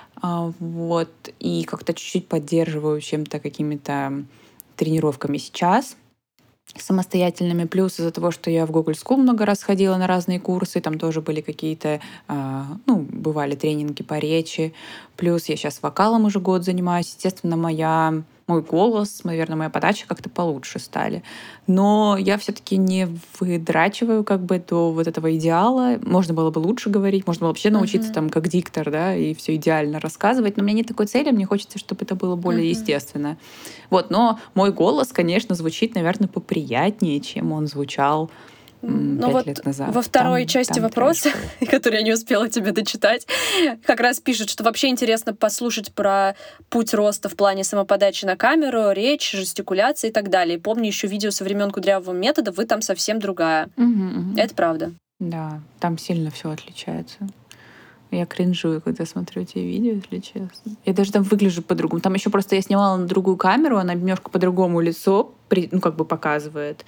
вот, и как-то чуть-чуть поддерживаю чем-то, какими-то тренировками сейчас самостоятельными. Плюс из-за того, что я в Google School много раз ходила на разные курсы, там тоже были какие-то, ну, бывали тренинги по речи. Плюс я сейчас вокалом уже год занимаюсь. Естественно, моя, мой голос, наверное, моя подача как-то получше стали. Но я все-таки не выдрачиваю как бы до вот этого идеала. Можно было бы лучше говорить, можно было вообще научиться uh-huh. там как диктор, да, и все идеально рассказывать. Но у меня нет такой цели, мне хочется, чтобы это было более uh-huh. естественно. Вот, но мой голос, конечно, звучит, наверное, поприятнее, чем он звучал Ну вот лет назад. Во второй там, части там вопроса, который я не успела тебе дочитать, как раз пишут, что вообще интересно послушать про путь роста в плане самоподачи на камеру, речь, жестикуляция и так далее. Помню еще видео со времен Кудрявого метода, вы там совсем другая. Угу, угу. Это правда. Да, там сильно все отличается. Я кринжую, когда смотрю эти видео, если честно. Я даже там выгляжу по-другому. Там еще просто я снимала на другую камеру, она немножко по-другому лицо, ну, как бы показывает.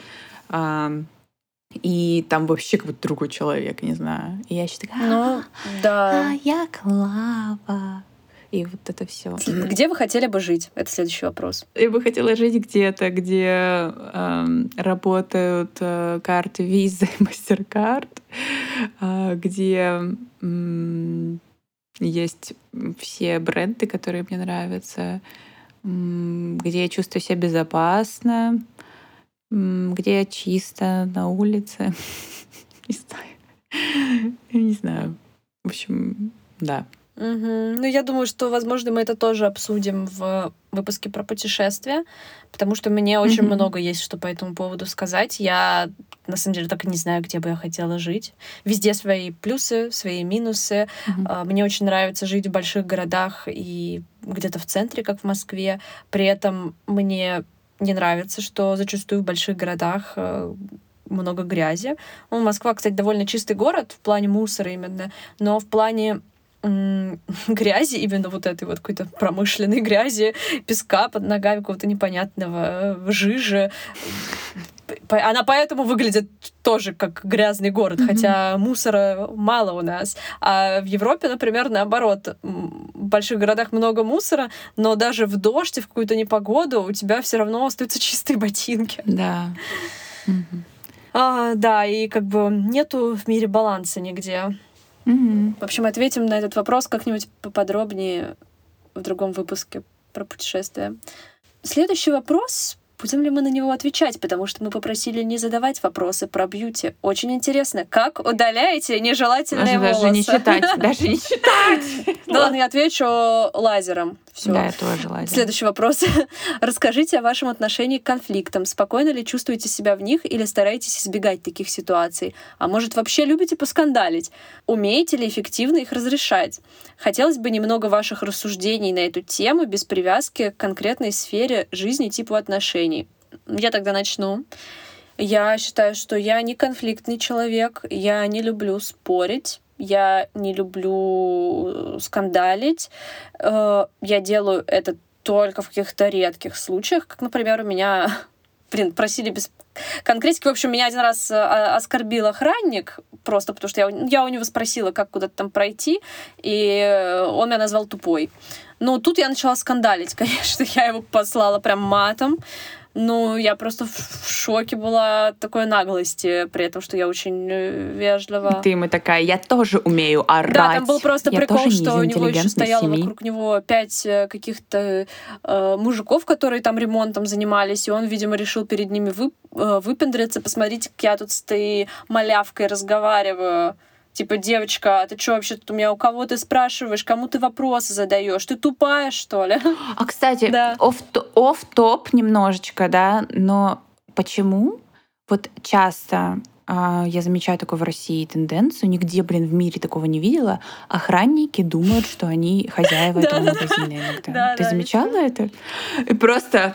И там вообще как будто другой человек, не знаю. И я еще такая, ну, да. а, я Клава. И вот это все. Где вы хотели бы жить? Это следующий вопрос. Я бы хотела жить где-то, где э, работают э, карты Visa и MasterCard, э, где э, есть все бренды, которые мне нравятся, э, где я чувствую себя безопасно, э, где чисто на улице. Не знаю. Я не знаю. В общем, да. Угу. Ну, я думаю, что, возможно, мы это тоже обсудим в выпуске про путешествия, потому что мне очень mm-hmm. много есть, что по этому поводу сказать. Я, на самом деле, так и не знаю, где бы я хотела жить. Везде свои плюсы, свои минусы. Mm-hmm. Мне очень нравится жить в больших городах и где-то в центре, как в Москве. При этом мне не нравится, что зачастую в больших городах много грязи. Ну, Москва, кстати, довольно чистый город в плане мусора именно, но в плане грязи, именно вот этой вот какой-то промышленной грязи, песка под ногами, какого-то непонятного жижи. Она поэтому выглядит тоже как грязный город, mm-hmm. хотя мусора мало у нас. А в Европе, например, наоборот, в больших городах много мусора, но даже в дождь и в какую-то непогоду у тебя все равно остаются чистые ботинки. Да. Mm-hmm. А, да, и как бы нету в мире баланса нигде. Mm-hmm. В общем, ответим на этот вопрос как-нибудь поподробнее в другом выпуске про путешествия. Следующий вопрос. Будем ли мы на него отвечать? Потому что мы попросили не задавать вопросы про бьюти. Очень интересно, как удаляете нежелательные волосы? Даже не читать, даже не читать. Да ладно, я отвечу лазером. Всё. Да, я тоже лазером. Следующий вопрос. Расскажите о вашем отношении к конфликтам. Спокойно ли чувствуете себя в них или стараетесь избегать таких ситуаций? А может, вообще любите поскандалить? Умеете ли эффективно их разрешать? Хотелось бы немного ваших рассуждений на эту тему без привязки к конкретной сфере жизни, типу отношений. Я тогда начну. Я считаю, что я не конфликтный человек, я не люблю спорить. Я не люблю скандалить. Я делаю это только в каких-то редких случаях, как, например, у меня... Блин, просили без конкретики. В общем, меня один раз оскорбил охранник, просто потому что я, я у него спросила, как куда-то там пройти, и он меня назвал тупой. Ну, тут я начала скандалить, конечно. Я его послала прям матом. Ну, я просто в шоке была от такой наглости, при этом, что я очень вежлива. Ты ему такая, я тоже умею орать. Да, там был просто я прикол, что у него еще стояло семьи. Вокруг него пять каких-то э, мужиков, которые там ремонтом занимались, и он, видимо, решил перед ними вып- э, выпендриться. Посмотрите, как я тут с той малявкой разговариваю. Типа, девочка, а ты что вообще тут у меня, у кого ты спрашиваешь, кому ты вопросы задаешь? Ты тупая, что ли? А, кстати, да. офф-топ немножечко, да, но почему вот часто э, я замечаю такую в России тенденцию, нигде, блин, в мире такого не видела, охранники думают, что они хозяева этого магазина иногда. Ты замечала это? И просто...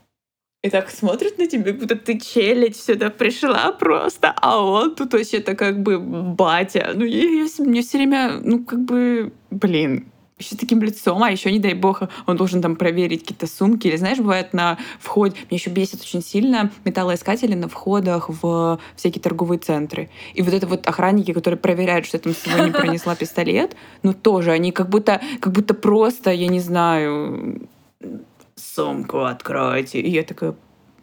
И так смотрит на тебя, будто ты челядь сюда пришла просто, а он тут вообще-то как бы батя. Ну, я, я, мне все время, ну, как бы, блин, еще таким лицом, а еще, не дай бог, он должен там проверить какие-то сумки. Или, знаешь, бывает на входе, меня еще бесит очень сильно металлоискатели на входах в всякие торговые центры. И вот это вот охранники, которые проверяют, что я там с собой не пронесла пистолет, ну, тоже, они как будто, как будто просто, я не знаю... сумку откройте. И я такая,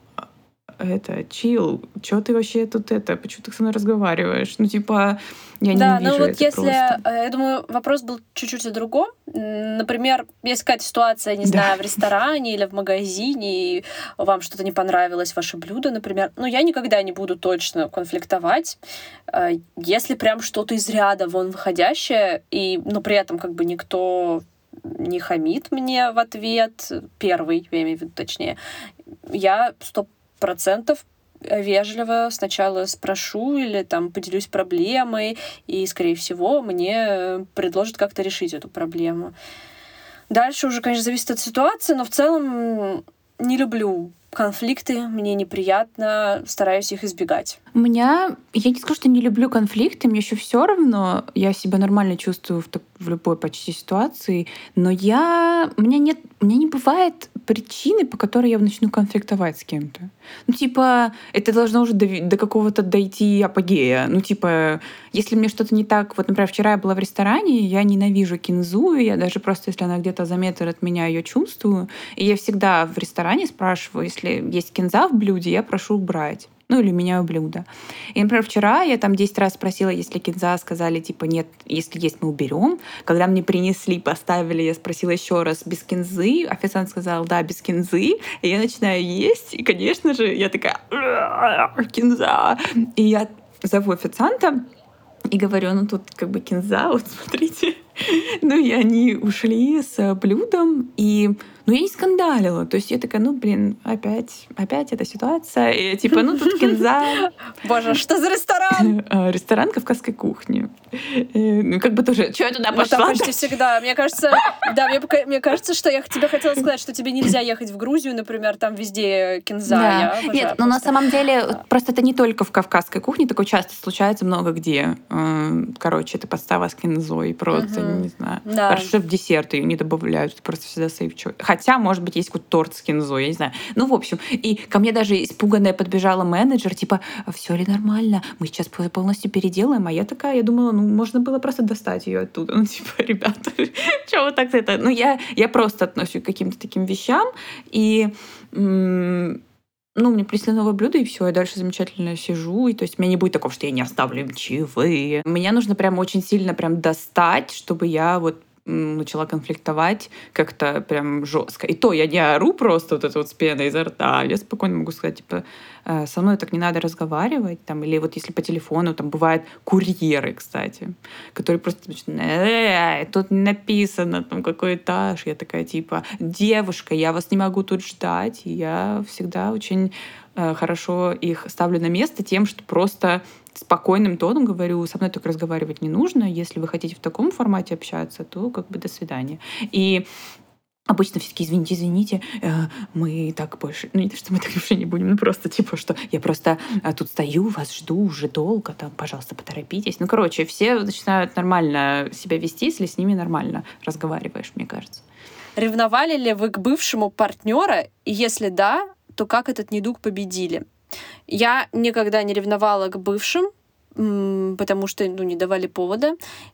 это, чил, что ты вообще тут это, почему ты со мной разговариваешь? Ну, типа, я да, не вижу ну вот это если, просто. Я думаю, вопрос был чуть-чуть о другом. Например, есть какая-то ситуация, не знаю, да. в ресторане или в магазине, и вам что-то не понравилось, ваше блюдо, например. Ну, я никогда не буду точно конфликтовать. Если прям что-то из ряда вон выходящее, и, но при этом как бы никто не хамит мне в ответ, первый, я имею в виду точнее, я сто процентов вежливо сначала спрошу или там поделюсь проблемой, и, скорее всего, мне предложат как-то решить эту проблему. Дальше уже, конечно, зависит от ситуации, но в целом не люблю конфликты, мне неприятно, стараюсь их избегать. У меня, я не скажу, что не люблю конфликты, мне еще все равно, я себя нормально чувствую в, так- в любой почти ситуации, но я, у меня нет, у меня не бывает причины, по которой я начну конфликтовать с кем-то. Ну, типа, это должно уже до, до какого-то дойти апогея. Ну, типа, если мне что-то не так, вот, например, вчера я была в ресторане, я ненавижу кинзу, и я даже просто, если она где-то за метр от меня ее чувствую, и я всегда в ресторане спрашиваю, если есть кинза в блюде, я прошу убрать. Ну, или меняю блюдо. И, например, вчера я там десять раз спросила, если кинза, сказали, типа, нет, если есть, мы уберем. Когда мне принесли, поставили, я спросила еще раз, без кинзы. Официант сказал, да, без кинзы. И я начинаю есть, и, конечно же, я такая, кинза. И я зову официанта и говорю, ну, тут как бы кинза, вот смотрите. Ну, и они ушли с блюдом, и ну, я не скандалила. То есть я такая, ну, блин, опять, опять эта ситуация. И я типа, ну, тут кинза. Боже, что за ресторан? Ресторан кавказской кухни. Ну, как бы тоже, что я туда пошла? Ну, там почти всегда. Мне кажется, да, мне, мне кажется, что я тебе хотела сказать, что тебе нельзя ехать в Грузию, например, там везде кинза. Да. Я Нет, но на самом деле, просто это не только в кавказской кухне, такое часто случается много где. Короче, это подстава с кинзой, просто, угу. не знаю. Да. Хорошо, в десерт ее не добавляют, просто всегда сейвчу. Хотя, может быть, есть какой-то торт с кинзой, я не знаю. Ну, в общем, и ко мне даже испуганная подбежала менеджер, типа, все ли нормально? Мы сейчас полностью переделаем. А я такая, я думала, ну, можно было просто достать ее оттуда. Ну, типа, ребята, что вы так это? Ну, я, я просто отношусь к каким-то таким вещам, и м- ну, мне принесли новое блюдо, и все, я дальше замечательно сижу. И то есть у меня не будет такого, что я не оставлю им чаевые. Меня нужно прям очень сильно прям достать, чтобы я вот начала конфликтовать как-то прям жестко. И то я не ору просто вот это вот с пеной изо рта. Я спокойно могу сказать, типа, со мной так не надо разговаривать. Там, или вот если по телефону, там бывают курьеры, кстати, которые просто начинают, тут не написано, там, какой этаж. Я такая, типа, девушка, я вас не могу тут ждать. И я всегда очень хорошо их ставлю на место тем, что просто спокойным тоном говорю, со мной так разговаривать не нужно. Если вы хотите в таком формате общаться, то как бы до свидания. И обычно все таки извините, извините, мы так больше... Ну, не то, что мы так больше не будем, ну, просто типа, что я просто тут стою, вас жду уже долго, там, пожалуйста, поторопитесь. Ну, короче, все начинают нормально себя вести, если с ними нормально разговариваешь, мне кажется. Ревновали ли вы к бывшему партнера? И если да, то как этот недуг победили? Я никогда не ревновала к бывшим, потому что, ну, не давали повода.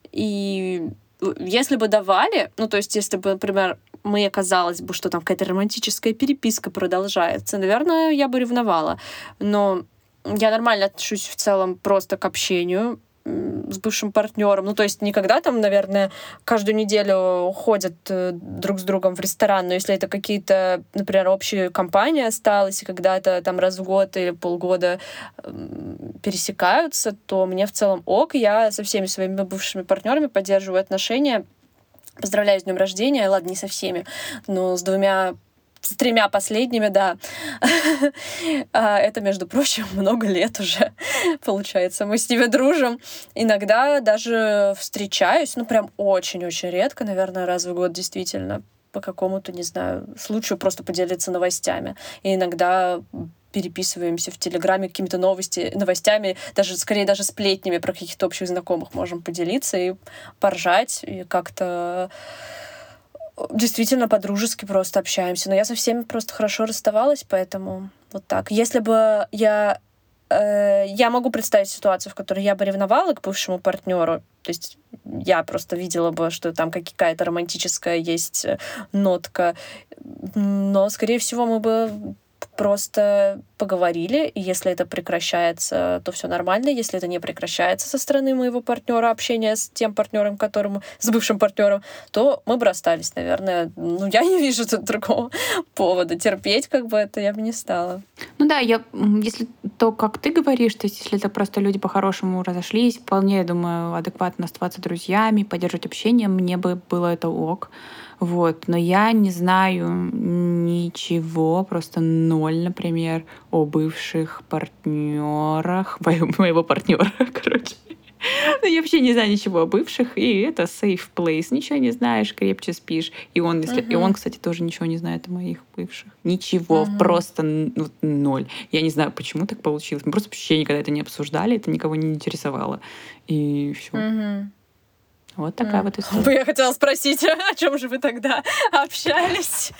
И если бы давали, ну, то есть если бы, например, мне казалось бы, что там какая-то романтическая переписка продолжается, наверное, я бы ревновала. Но я нормально отношусь в целом просто к общению с бывшим партнером. Ну, то есть никогда там, наверное, каждую неделю ходят друг с другом в ресторан, но если это какие-то, например, общие компании осталось, и когда-то там раз в год или полгода пересекаются, то мне в целом ок. Я со всеми своими бывшими партнерами поддерживаю отношения. Поздравляю с днем рождения. Ладно, не со всеми, но с двумя с тремя последними, да. Это, между прочим, много лет уже, получается. Мы с ними дружим. Иногда даже встречаюсь, ну, прям очень-очень редко, наверное, раз в год, действительно, по какому-то, не знаю, случаю просто поделиться новостями. И иногда переписываемся в Телеграме какими-то новости, новостями, даже скорее даже сплетнями про каких-то общих знакомых можем поделиться и поржать, и как-то действительно по-дружески просто общаемся. Но я со всеми просто хорошо расставалась, поэтому вот так. Если бы я... Э, я могу представить ситуацию, в которой я бы ревновала к бывшему партнеру. То есть я просто видела бы, что там какая-то романтическая есть нотка. Но, скорее всего, мы бы просто поговорили, и если это прекращается, то все нормально. Если это не прекращается со стороны моего партнера, общения с тем партнером, которому, с бывшим партнером, то мы бы расстались, наверное. Ну, я не вижу тут другого повода. Терпеть как бы это я бы не стала. Ну да, я, если то, как ты говоришь, то есть если это просто люди по-хорошему разошлись, вполне, я думаю, адекватно оставаться друзьями, поддерживать общение, мне бы было это ок. Вот. Но я не знаю ничего, просто ноль ноль, например, о бывших партнерах, моего партнера, короче. Ну, я вообще не знаю ничего о бывших, и это safe place. Ничего не знаешь, крепче спишь. И он, если, uh-huh. и он, кстати, тоже ничего не знает о моих бывших. Ничего, uh-huh. просто ну, ноль. Я не знаю, почему так получилось. Мы просто вообще никогда это не обсуждали, это никого не интересовало. И все. Uh-huh. Вот такая uh-huh. вот история. Я хотела спросить, о чем же вы тогда общались?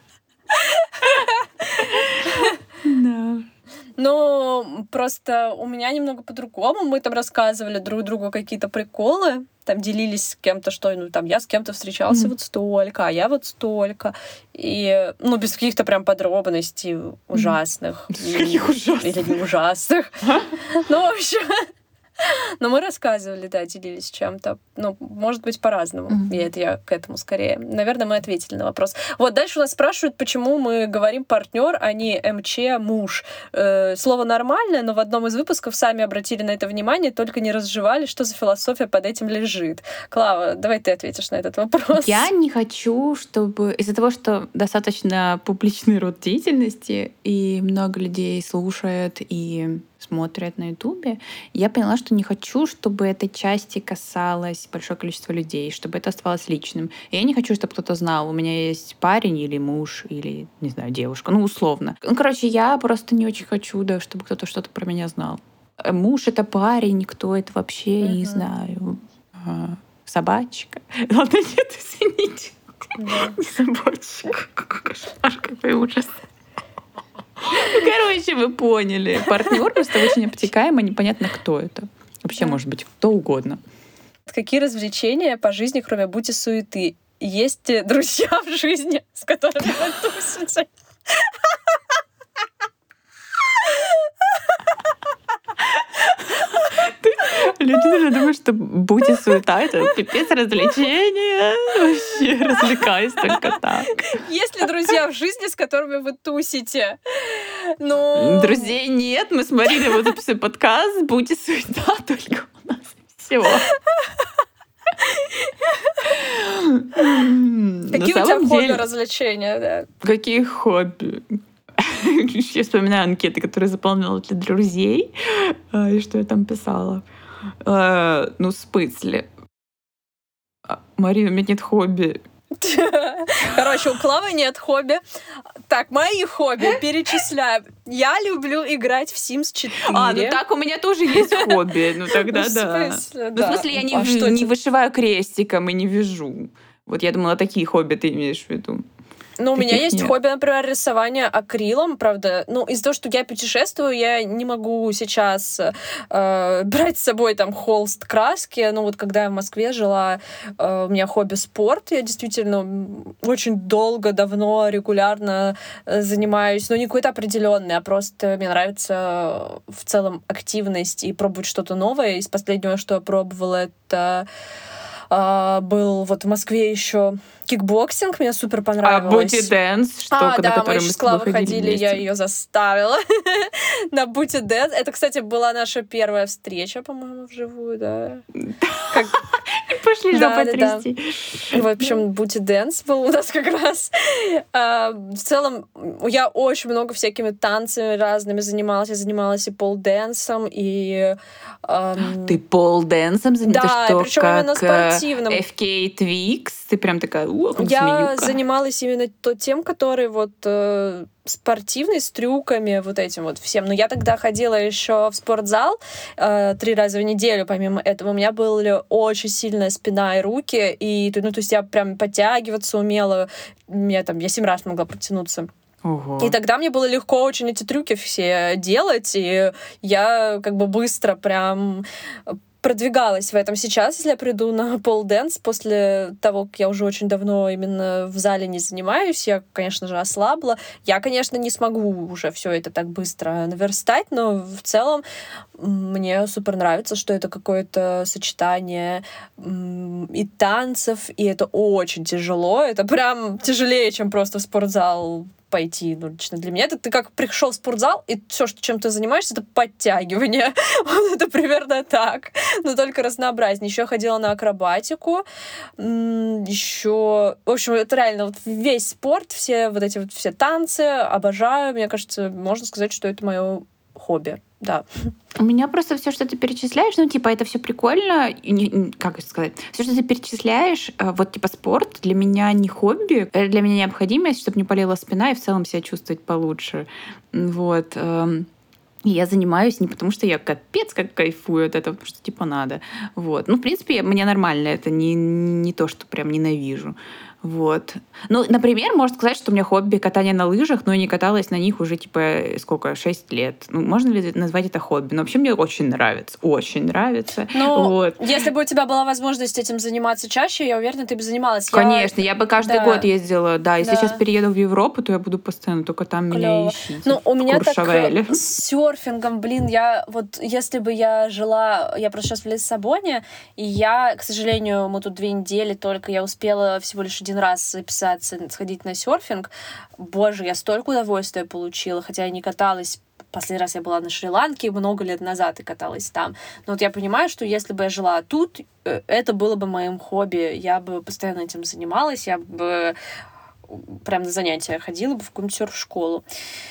Да. Ну, просто у меня немного по-другому. Мы там рассказывали друг другу какие-то приколы, там делились с кем-то, что, ну, там, я с кем-то встречался mm-hmm. вот столько, а я вот столько. И, ну, без каких-то прям подробностей ужасных. Mm-hmm. Каких ужасных? Или не ужасных. Ну, в общем... Но мы рассказывали, да, делились чем-то. Ну, может быть, по-разному. Mm-hmm. И это я к этому скорее. Наверное, мы ответили на вопрос. Вот, дальше у нас спрашивают, почему мы говорим партнер, а не МЧ, муж. Э, слово нормальное, но в одном из выпусков сами обратили на это внимание, только не разжевали, что за философия под этим лежит. Клава, давай ты ответишь на этот вопрос. Я не хочу, чтобы... Из-за того, что достаточно публичный род деятельности, и много людей слушает и смотрят на Ютубе, я поняла, что не хочу, чтобы этой части касалось большое количество людей, чтобы это оставалось личным. И я не хочу, чтобы кто-то знал, у меня есть парень или муж, или, не знаю, девушка, ну, условно. Ну, короче, я просто не очень хочу, да, чтобы кто-то что-то про меня знал. Муж — это парень, никто это вообще, uh-huh. не знаю. А, собачка. Ладно, нет, извините. Да. Не собачка. Какой кошмар, какой ужас. Ну, короче, вы поняли. Партнер просто очень обтекаемо, непонятно, кто это. Вообще, да. может быть, кто угодно. Какие развлечения по жизни, кроме бути суеты? Есть друзья в жизни, с которыми вы тусите? Люди даже думают, что бути суета — это пипец развлечения. Вообще развлекаюсь только так. Есть ли друзья в жизни, с которыми вы тусите? Ну... Друзей нет. Мы с Мариной вот записываем подкаст. Бути суета только у нас. Всего. Какие у тебя хобби, развлечения? Да? Какие хобби? Я вспоминаю анкеты, которые заполняла для друзей, и что я там писала. Ну, в смысле? Марина, у меня нет хобби. Короче, у Клавы нет хобби. Так, мои хобби перечисляю. Я люблю играть в Симс четыре. А, ну так у меня тоже есть хобби. Ну тогда да. Ну, в смысле, я не вышиваю крестиком и не вяжу. Вот я думала, такие хобби ты имеешь в виду. Ну, у меня есть нет. хобби, например, рисование акрилом, правда. Ну, из-за того, что я путешествую, я не могу сейчас э, брать с собой там холст, краски. Ну, вот когда я в Москве жила, э, у меня хобби спорт. Я действительно очень долго, давно, регулярно занимаюсь. Но не какой-то определенный, а просто мне нравится в целом активность и пробовать что-то новое. Из последнего, что я пробовала, это... Uh, был вот в Москве еще кикбоксинг, мне супер понравилось. А Booty Dance, штука, а, да, на которой мы с Клавой ходили, вместе. Я ее заставила на Booty Dance. Это, кстати, была наша первая встреча, по-моему, вживую, да. Пошли жопой трясти. В общем, Booty Dance был у нас как раз. В целом, я очень много всякими танцами разными занималась. Я занималась и пол-дэнсом, и... Ты пол-дэнсом занималась? Да, причем именно спортивным. эф кей Twix? Ты прям такая, ух, Я занималась именно то, тем, который вот э, спортивный, с трюками, вот этим вот всем. Но я тогда ходила еще в спортзал э, три раза в неделю, помимо этого. У меня были очень сильная спина и руки, и, ну, то есть я прям подтягиваться умела. Я, там, я семь раз могла подтянуться. Ого. И тогда мне было легко очень эти трюки все делать, и я как бы быстро прям продвигалась в этом. Сейчас, если я приду на пол-дэнс, после того, как я уже очень давно именно в зале не занимаюсь, я, конечно же, ослабла. Я, конечно, не смогу уже все это так быстро наверстать, но в целом мне супер нравится, что это какое-то сочетание и танцев, и это очень тяжело. Это прям тяжелее, чем просто в спортзал пойти. Ну, лично для меня это ты как пришел в спортзал, и все, чем ты занимаешься, это подтягивание. Вот это примерно так. Но только разнообразнее. Еще ходила на акробатику. Еще... В общем, это реально вот весь спорт, все вот эти вот все танцы обожаю. Мне кажется, можно сказать, что это мое хобби. Да. У меня просто все, что ты перечисляешь, ну, типа, это все прикольно. Как сказать? Все, что ты перечисляешь, вот, типа, спорт для меня не хобби, это для меня необходимость, чтобы не болела спина и в целом себя чувствовать получше. Вот. И я занимаюсь не потому, что я капец как кайфую от этого, потому что, типа, надо. Вот. Ну, в принципе, мне нормально. Это не, не то, что прям ненавижу. Вот. Ну, например, можно сказать, что у меня хобби катание на лыжах, но я не каталась на них уже, типа, сколько, шесть лет. Ну, можно ли назвать это хобби? Но вообще мне очень нравится. Очень нравится. Ну, вот. Если бы у тебя была возможность этим заниматься чаще, я уверена, ты бы занималась. Конечно, я, я бы каждый да. год ездила. Да, если да. сейчас перееду в Европу, то я буду постоянно только там Клево. Меня ищите. Ну, у меня так с серфингом, блин, я вот, если бы я жила, я просто сейчас в Лиссабоне, и я, к сожалению, мы тут две недели только, я успела всего лишь один раз записаться, сходить на серфинг. Боже, я столько удовольствия получила, хотя я не каталась. Последний раз я была на Шри-Ланке много лет назад и каталась там. Но вот я понимаю, что если бы я жила тут, это было бы моим хобби. Я бы постоянно этим занималась, я бы прям на занятия ходила бы в какую-нибудь серф-школу.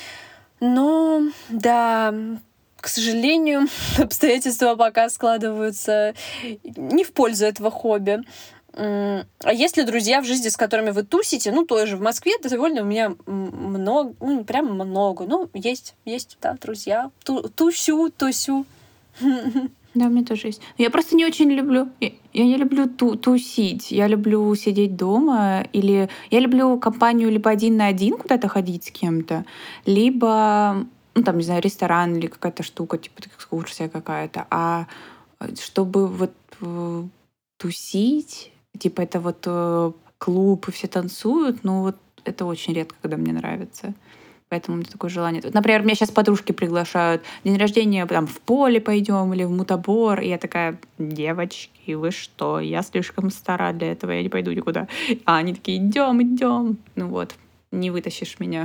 Но, да, к сожалению, обстоятельства пока складываются не в пользу этого хобби. А есть ли друзья в жизни, с которыми вы тусите? Ну, тоже в Москве довольно у меня много, ну, не прям много, ну, есть, есть, да, друзья. Ту, тусю, тусю. Да, у меня тоже есть. Я просто не очень люблю, я, я не люблю ту, тусить. Я люблю сидеть дома, или я люблю компанию либо один на один куда-то ходить с кем-то, либо, ну, там, не знаю, ресторан или какая-то штука, типа экскурсия какая-то. А чтобы вот тусить, типа это вот э, клуб, и все танцуют, но вот это очень редко, когда мне нравится. Поэтому у меня такое желание. Например, меня сейчас подружки приглашают. День рождения, там, в поле пойдем или в мутабор. И я такая, девочки, вы что? Я слишком стара для этого, я не пойду никуда. А они такие, идем, идем. Ну вот, не вытащишь меня.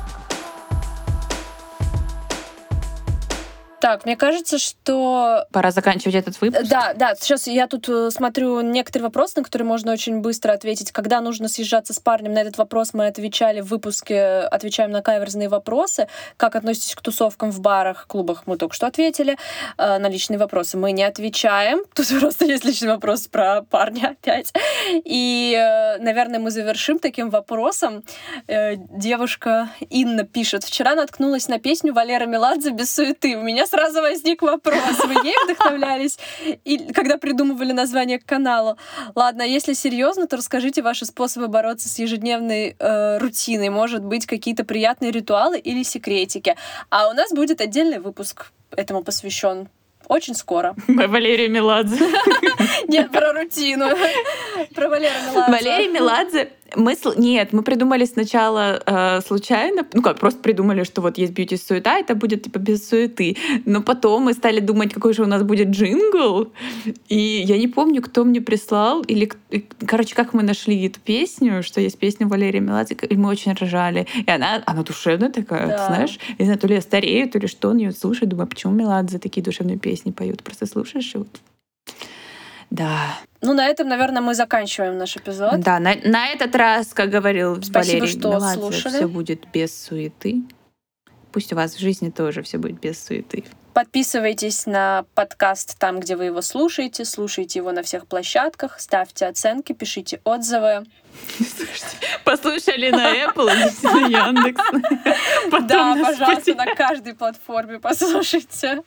Так, мне кажется, что... Пора заканчивать этот выпуск. Да, да. Сейчас я тут смотрю некоторые вопросы, на которые можно очень быстро ответить. Когда нужно съезжаться с парнем? На этот вопрос мы отвечали в выпуске «Отвечаем на каверзные вопросы». Как относитесь к тусовкам в барах, клубах? Мы только что ответили. На личные вопросы мы не отвечаем. Тут просто есть личный вопрос про парня опять. И, наверное, мы завершим таким вопросом. Девушка Инна пишет. Вчера наткнулась на песню Валеры Меладзе «Без суеты». У меня сразу возник вопрос. Вы ей вдохновлялись, и, когда придумывали название к каналу? Ладно, если серьезно, то расскажите ваши способы бороться с ежедневной э, рутиной. Может быть, какие-то приятные ритуалы или секретики. А у нас будет отдельный выпуск этому посвящен. Очень скоро. Валерия Меладзе. Нет, про рутину. Про Валерию Меладзе. Валерия Меладзе. Мы, нет, мы придумали сначала э, случайно, ну как, просто придумали, что вот есть бьюти-суета, это будет типа без суеты. Но потом мы стали думать, какой же у нас будет джингл. И я не помню, кто мне прислал, или, короче, как мы нашли эту песню, что есть песня Валерии Меладзе, и мы очень ржали. И она, она душевная такая, да. Знаешь, не знаю, то ли я старею, то ли что, он ее слушает, думаю, почему Меладзе такие душевные песни поют? Просто слушаешь и вот... Да. Ну, на этом, наверное, мы заканчиваем наш эпизод. Да, на, на этот раз, как говорил Спасибо, Валерий что Меладзе, слушали. Все будет без суеты. Пусть у вас в жизни тоже все будет без суеты. Подписывайтесь на подкаст там, где вы его слушаете. Слушайте его на всех площадках. Ставьте оценки, пишите отзывы. Послушали на Apple, идите на Яндекс. Да, пожалуйста, на каждой платформе послушайте.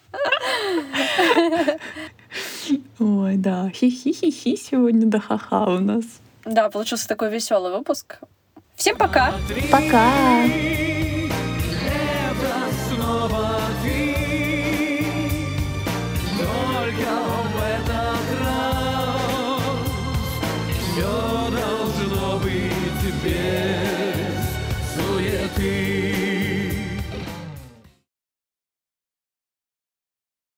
Ой, да. Хи-хи-хи-хи сегодня, да ха-ха у нас. Да, получился такой веселый выпуск. Всем пока! Пока! Только